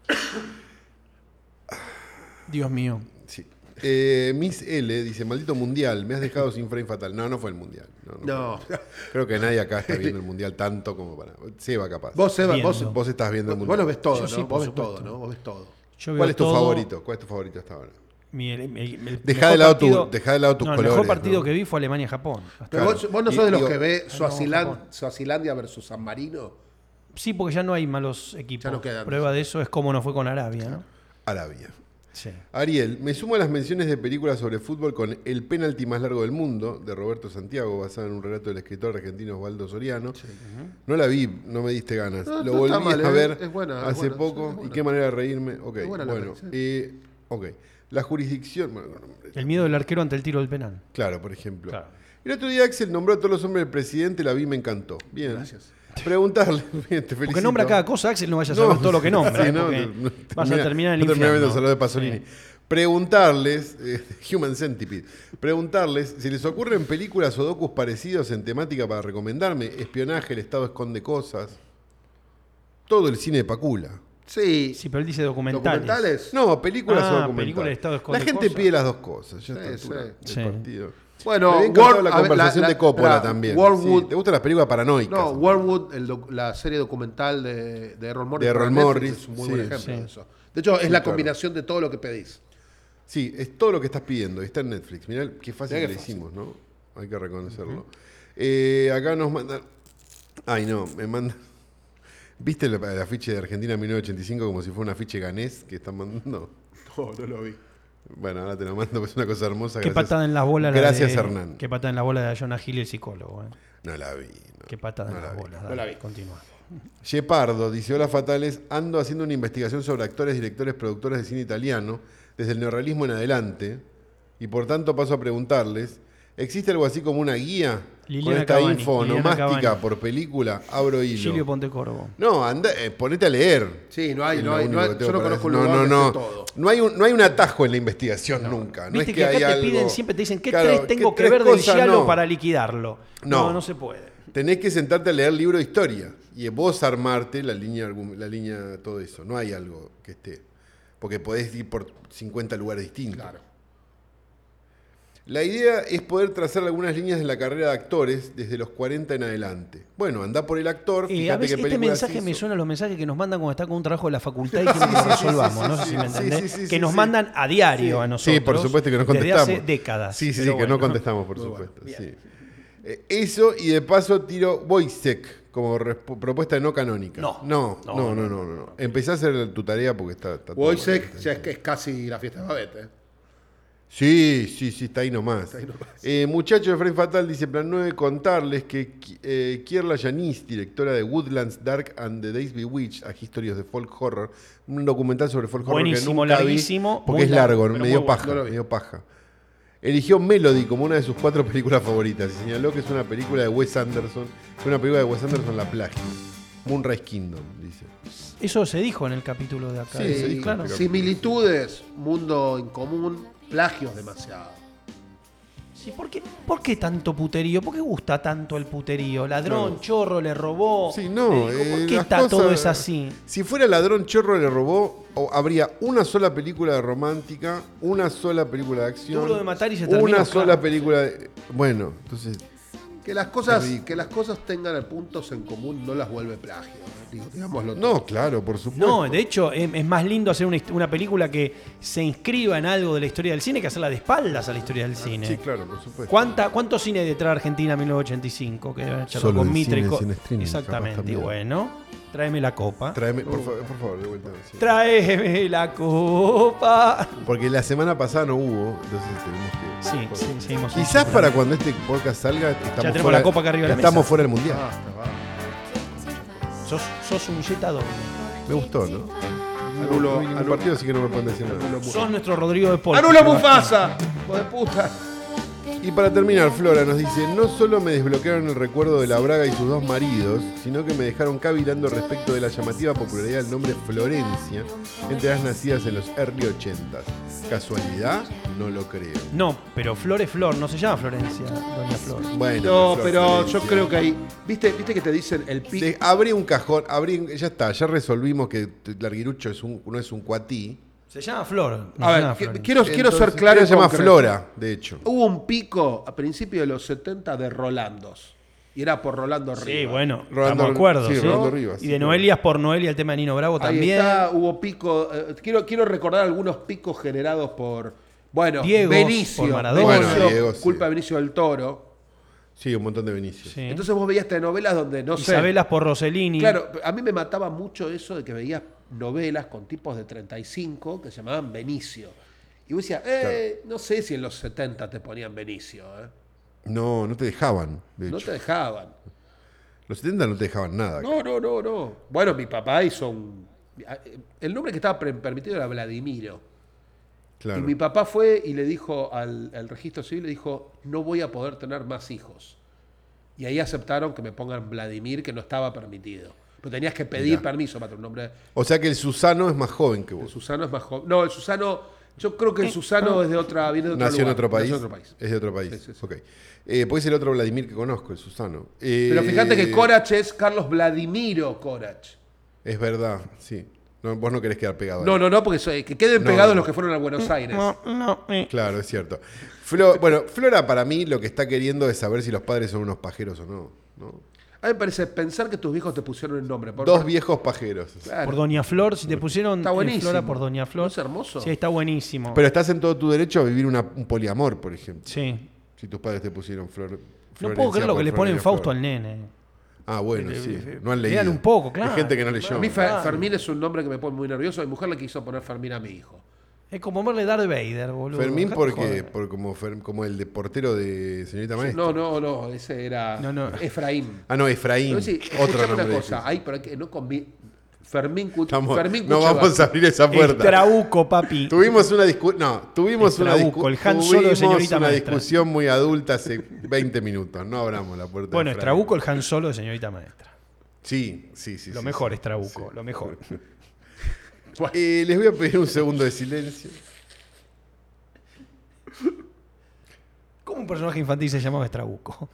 Dios mío. Sí. Eh, Miss L dice, maldito mundial, me has dejado sin frame fatal. No, no fue el mundial. No, no No. fue. Creo que nadie acá está viendo el mundial tanto como para... Seba capaz. Vos, Seba, Viendo. vos, Vos estás viendo el vos mundial. lo ves todo, Yo ¿no? sí, por vos ves supuesto. todo, ¿no? Vos ves todo. Yo ¿Cuál veo es tu todo- favorito? ¿Cuál es tu favorito hasta ahora? mi- el- el- el Dejá mejor de lado tu- partido- dejá de lado tus no, colores, El mejor partido ¿no? que vi fue Alemania-Japón. Hasta Pero Claro. vos, vos no Y- sos de los digo- que ve no, Suazilan- Japón. Suazilandia versus San Marino. Sí, porque ya no hay malos equipos. Ya no quedan. Prueba de eso es como nos fue con Arabia, ¿no? Arabia. Sí. Ariel, me sumo a las menciones de películas sobre fútbol con El penalti más largo del mundo, de Roberto Santiago, basado en un relato del escritor argentino Osvaldo Soriano. No la vi, no me diste ganas. No, Lo no volví está mal, a eh. ver Es buena, es hace buena, poco. sí, es y buena. qué manera de reírme. Ok, Es buena la bueno. peli, sí. eh, ok. La jurisdicción... bueno, no, El miedo del arquero ante el tiro del penal. claro, por ejemplo. Claro. El otro día Axel nombró a todos los hombres del presidente, la vi, me encantó. Bien. Gracias. Preguntarle, bien, te felicito. Porque nombra cada cosa, Axel, no vaya a No, saber todo lo que nombra. sí, ¿eh? no, Porque no, no, vas termina- a terminar en el no termina viendo infierno. Salud de Pasolini. Sí. Preguntarles, eh, Human Centipede, preguntarles si les ocurren películas o docus parecidos en temática para recomendarme. Espionaje, el Estado esconde cosas. Todo el cine de Pacula. Sí. Sí, pero él dice documentales. ¿Documentales? No, películas Ah, o documentales. películas de Estado esconde La gente cosas. pide las dos cosas. Ya Sí, está altura sí. del Sí. partido. Bueno, Me había encantado War- la a ver, conversación la- de la- Coppola la- también. Wormwood- Sí, ¿te gusta las películas paranoicas? No, Wormwood, el doc- la serie documental de, de Errol Morris. De Errol para Netflix, Morris, es un muy sí, buen ejemplo sí. de eso. De hecho, es la claro. combinación de todo lo que pedís. Sí, es todo lo que estás pidiendo. y Está en Netflix. Mirá qué fácil Mirá que qué le fácil. hicimos, ¿no? Hay que reconocerlo. Eh, acá nos mandan... Ay, no, me mandan... ¿Viste el, el afiche de Argentina mil novecientos ochenta y cinco como si fuera un afiche ganés que están mandando? No, no lo vi. Bueno, ahora te lo mando, pues es una cosa hermosa. Qué gracias. patada en las bolas. la Gracias, de- Hernán. Qué patada en la bola de Jonah Hill, el psicólogo. ¿eh? No la vi. no. Qué patada no en la las vi. bolas. No dale, la vi. Continúa. Shepardo dice: Hola fatales, ando haciendo una investigación sobre actores, directores, productores de cine italiano. desde el neorrealismo en adelante, y por tanto paso a preguntarles, ¿existe algo así como una guía Liliana con esta Cavani, info Liliana nomástica Cavani. por película? Abro hilo. Gilio Pontecorvo. No, anda, eh, ponete a leer. Sí, no hay, Es no lo hay, único no hay- que tengo yo no para conozco un decir. lugar no, no, que no. esté todo. No hay, un, no hay un atajo en la investigación nunca. No Viste es que, que, acá hay te algo... piden, siempre te dicen, ¿qué Claro, tres ¿qué tengo que tres ver del cosas? Giallo No. para liquidarlo? No. No. no, se puede. Tenés que sentarte a leer libro de historia y vos armarte la línea, argu- la línea, todo eso. No hay algo que esté. Porque podés ir por cincuenta lugares distintos. Claro. La idea es poder trazar algunas líneas de la carrera de actores desde los cuarenta en adelante. Bueno, andá por el actor, Eh, fíjate a veces qué este películas mensaje me hizo. suena a los mensajes que nos mandan cuando está con un trabajo de la facultad y que lo resolvamos. No sé si me sí, entendés. sí, sí, que sí, nos sí. mandan a diario Sí. a nosotros. Sí, por supuesto que nos Desde contestamos. hace décadas. Sí, sí, Pero sí, que no bueno. contestamos, por Muy supuesto. bueno. Sí. Eh, eso, y de paso tiro Wojciech como resp- propuesta no canónica. No. No, no, No, no, no. no, no. Empezá a hacer tu tarea porque está, está todo Wojciech bueno. ya es que es casi la fiesta de Babette, ¿eh? Sí, sí, sí, está ahí nomás. ahí nomás. Eh, muchacho de Frame Fatal dice, plan nueve, contarles que eh, Kierla Yanis, directora de Woodlands Dark and the Days Bewitched, a Historias de Folk Horror, un documental sobre folk horror Buenísimo, que nunca larguísimo, vi, porque muy es largo, largo, pero medio muy paja, bueno, no lo vi. medio paja. Eligió Melody como una de sus cuatro películas favoritas y señaló que es una película de Wes Anderson, que una película de Wes Anderson la plagia. Moonrise Kingdom, dice. Eso se dijo en el capítulo de acá. Sí, se Eh, dijo, claro. pero- Similitudes, mundo en común, plagios demasiado. Sí, ¿por qué, ¿por qué tanto puterío? ¿Por qué gusta tanto el puterío? Ladrón, Claro. chorro, le robó. Sí, no. Eh, ¿Por eh, qué las está cosas- todo es así? Si fuera Ladrón Chorro le robó, o habría una sola película de romántica, una sola película de acción. Duro de matar y se termina Una Oscar. sola película de... Bueno, entonces... Que las cosas, Es ridículo. que las cosas tengan puntos en común no las vuelve plagio. ¿eh? Digo, digámoslo No, claro, por supuesto. No, de hecho, es, es más lindo hacer una, hist- una película que se inscriba en algo de la historia del cine que hacerla de espaldas a la historia del cine. Sí, claro, por supuesto. ¿Cuánta, ¿Cuánto cine hay detrás de Argentina en mil novecientos ochenta y cinco? Que deben echarlo Solo con el Mitre y cine co- sin streaming, capaz Exactamente. Y también. bueno, tráeme la copa. Tráeme, por, favor, por favor, de vuelta. sí. Tráeme la copa. Porque la semana pasada no hubo, entonces tenemos que... Sí, sí, seguimos. Quizás para cuando este podcast salga estamos, tenemos fuera, la copa acá arriba de la estamos mesa. fuera del mundial. Basta, basta. Sos, sos un Jetta doble. Me gustó, ¿no? Anulo, no vi ningún anulo. partido, así que no me pueden decir nada. Anulo Mufasa. Sos nuestro Rodrigo de Paul. ¡Anula Mufasa! ¡Hijo de puta! Y para terminar, Flora nos dice, no solo me desbloquearon el recuerdo de la Braga y sus dos maridos, sino que me dejaron cavilando respecto de la llamativa popularidad del nombre Florencia entre las nacidas en los early ochentas. ¿Casualidad? No lo creo. No, pero Flor es Flor, no se llama Florencia, Doña Flor. Bueno, No, Flor pero yo Florencia. creo que ahí. ¿Viste, viste que te dicen el pic? De- abrí un cajón, abrí, ya está, ya resolvimos que Larguirucho es un, no es un cuatí. Se llama Flor. no A se ver, llama que- Florencia. quiero, quiero ser Entonces, claro. y Se llama concreto. Flora, de hecho. Hubo un pico a principios de los setenta de Rolandos. Y era por Rolando Rivas. Sí, bueno, Rolando- estamos de acuerdo. sí, ¿sí? Rolando Rivas, Y sí, de claro. Noelias por Noelia, el tema de Nino Bravo Ahí también. está, hubo pico. eh, quiero, quiero recordar algunos picos generados por. Bueno, Diegos, Benicio. por Maradona. Benicio, Bueno, Diego, sí. culpa de Benicio del Toro. Sí, un montón de Vinicius. Sí. Entonces vos veías telenovelas donde no sé. Isabelas por Rossellini. Claro, a mí me mataba mucho eso de que veías novelas con tipos de treinta y cinco que se llamaban Benicio. Y vos decías, eh, no sé si en los setenta te ponían Benicio, ¿eh? No, no te dejaban, de No hecho. te dejaban. Los setenta no te dejaban nada. No, no, no, no. Bueno, mi papá hizo un. El nombre que estaba pre- permitido era Vladimiro. Claro. Y mi papá fue y le dijo al, al registro civil, le dijo, no voy a poder tener más hijos. Y ahí aceptaron que me pongan Vladimir, que no estaba permitido. Pero tenías que pedir Mirá. permiso para tener un nombre. O sea que el Susano es más joven que El vos. Susano es más joven. No, el Susano, yo creo que el Susano es de otra, viene de otro Nació en lugar. otro país. Nació en otro país. Es de otro país. Sí, sí, sí. Ok. Eh, puede ser el otro Vladimir que conozco, el Susano. Eh, Pero fíjate que Corach es Carlos Vladimiro Corach. Es verdad, sí. No, vos no querés quedar pegado. ahí. No, no, no, porque soy- que queden No, pegados no. los que fueron a Buenos Aires. No, no, eh. Claro, es cierto. Flo- bueno, Flora para mí lo que está queriendo es saber si los padres son unos pajeros o no. ¿no? A mí me parece pensar que tus viejos te pusieron el nombre. por- Dos viejos pajeros. Claro. Por Doña Flor, si te pusieron Está eh, buenísimo. Flora por Doña Flor. ¿No es hermoso? Sí, está buenísimo. Pero estás en todo tu derecho a vivir una- un poliamor, por ejemplo. sí. Si tus padres te pusieron Flor. No Florencia puedo creer lo por que le Flor ponen y Fausto Flor. al nene. Ah, bueno, Eh, sí. eh, No han lean leído. un poco, claro. Hay gente que no leyó. A mí Fer- Claro. Fermín es un nombre que me pone muy nervioso. Mi mujer le quiso poner Fermín a mi hijo. Es como verle Darth Vader, boludo. Fermín Dejate porque, joder. por, como, Fer- como el de portero de señorita maestra. No, no, no, ese era No, no. Efraín. Ah, no, Efraín. Pero sí, Otro escuchame nombre una cosa, difícil. hay, pero que no convi- Fermín, Cu- Estamos- Fermín no Cuchevasi. vamos a abrir esa puerta. El Trabuco, papi. Tuvimos una discusión. No, tuvimos El una, Trabuco, discu- el Han Solo de tuvimos señorita una maestra. discusión muy adulta hace veinte minutos. No abramos la puerta. Bueno, de es Frank. Trabuco el Han Solo de señorita maestra. Sí, sí, sí. Lo sí, mejor sí. es Trabuco, lo mejor. Eh, les voy a pedir un segundo de silencio. ¿Cómo un personaje infantil se llamaba Trabuco?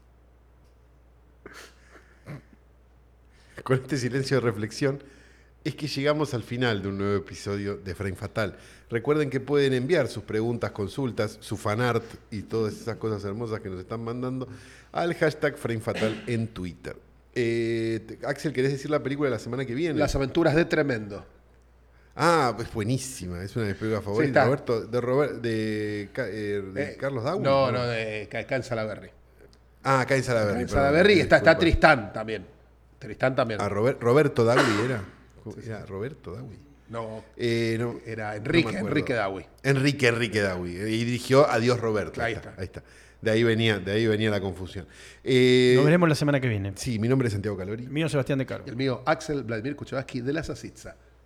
Con este silencio de reflexión, es que llegamos al final de un nuevo episodio de Frame Fatal. Recuerden que pueden enviar sus preguntas, consultas, su fanart y todas esas cosas hermosas que nos están mandando al hashtag Frame Fatal en Twitter. Eh, te- Axel, ¿querés decir la película de la semana que viene? Las aventuras de Tremendo. Ah, es buenísima, es una de mis películas favoritas. está. Roberto, de Robert, de, Ca- eh, de Eh, Carlos Dawn. No, no, de Ca- Can Salaberry. Ah, Cain Salaberry. Can perdón, Salaberry y está, está disculpa. Tristán también. Tristán también. Ah, Robert- Roberto Dawi era. ¿Cómo era? Roberto Dawi. No, Eh, no, era no Enrique, me acuerdo. Enrique Dawi. Enrique, Enrique Dawi. Y dirigió Adiós Roberto. Ahí Ahí está, está. ahí está. De ahí venía, de ahí venía la confusión. Eh, Nos veremos la semana que viene. Sí, mi nombre es Santiago Calori. Mío Sebastián de Caro. Y el mío, Axel Vladimir Kuchevaski de la Sasitza.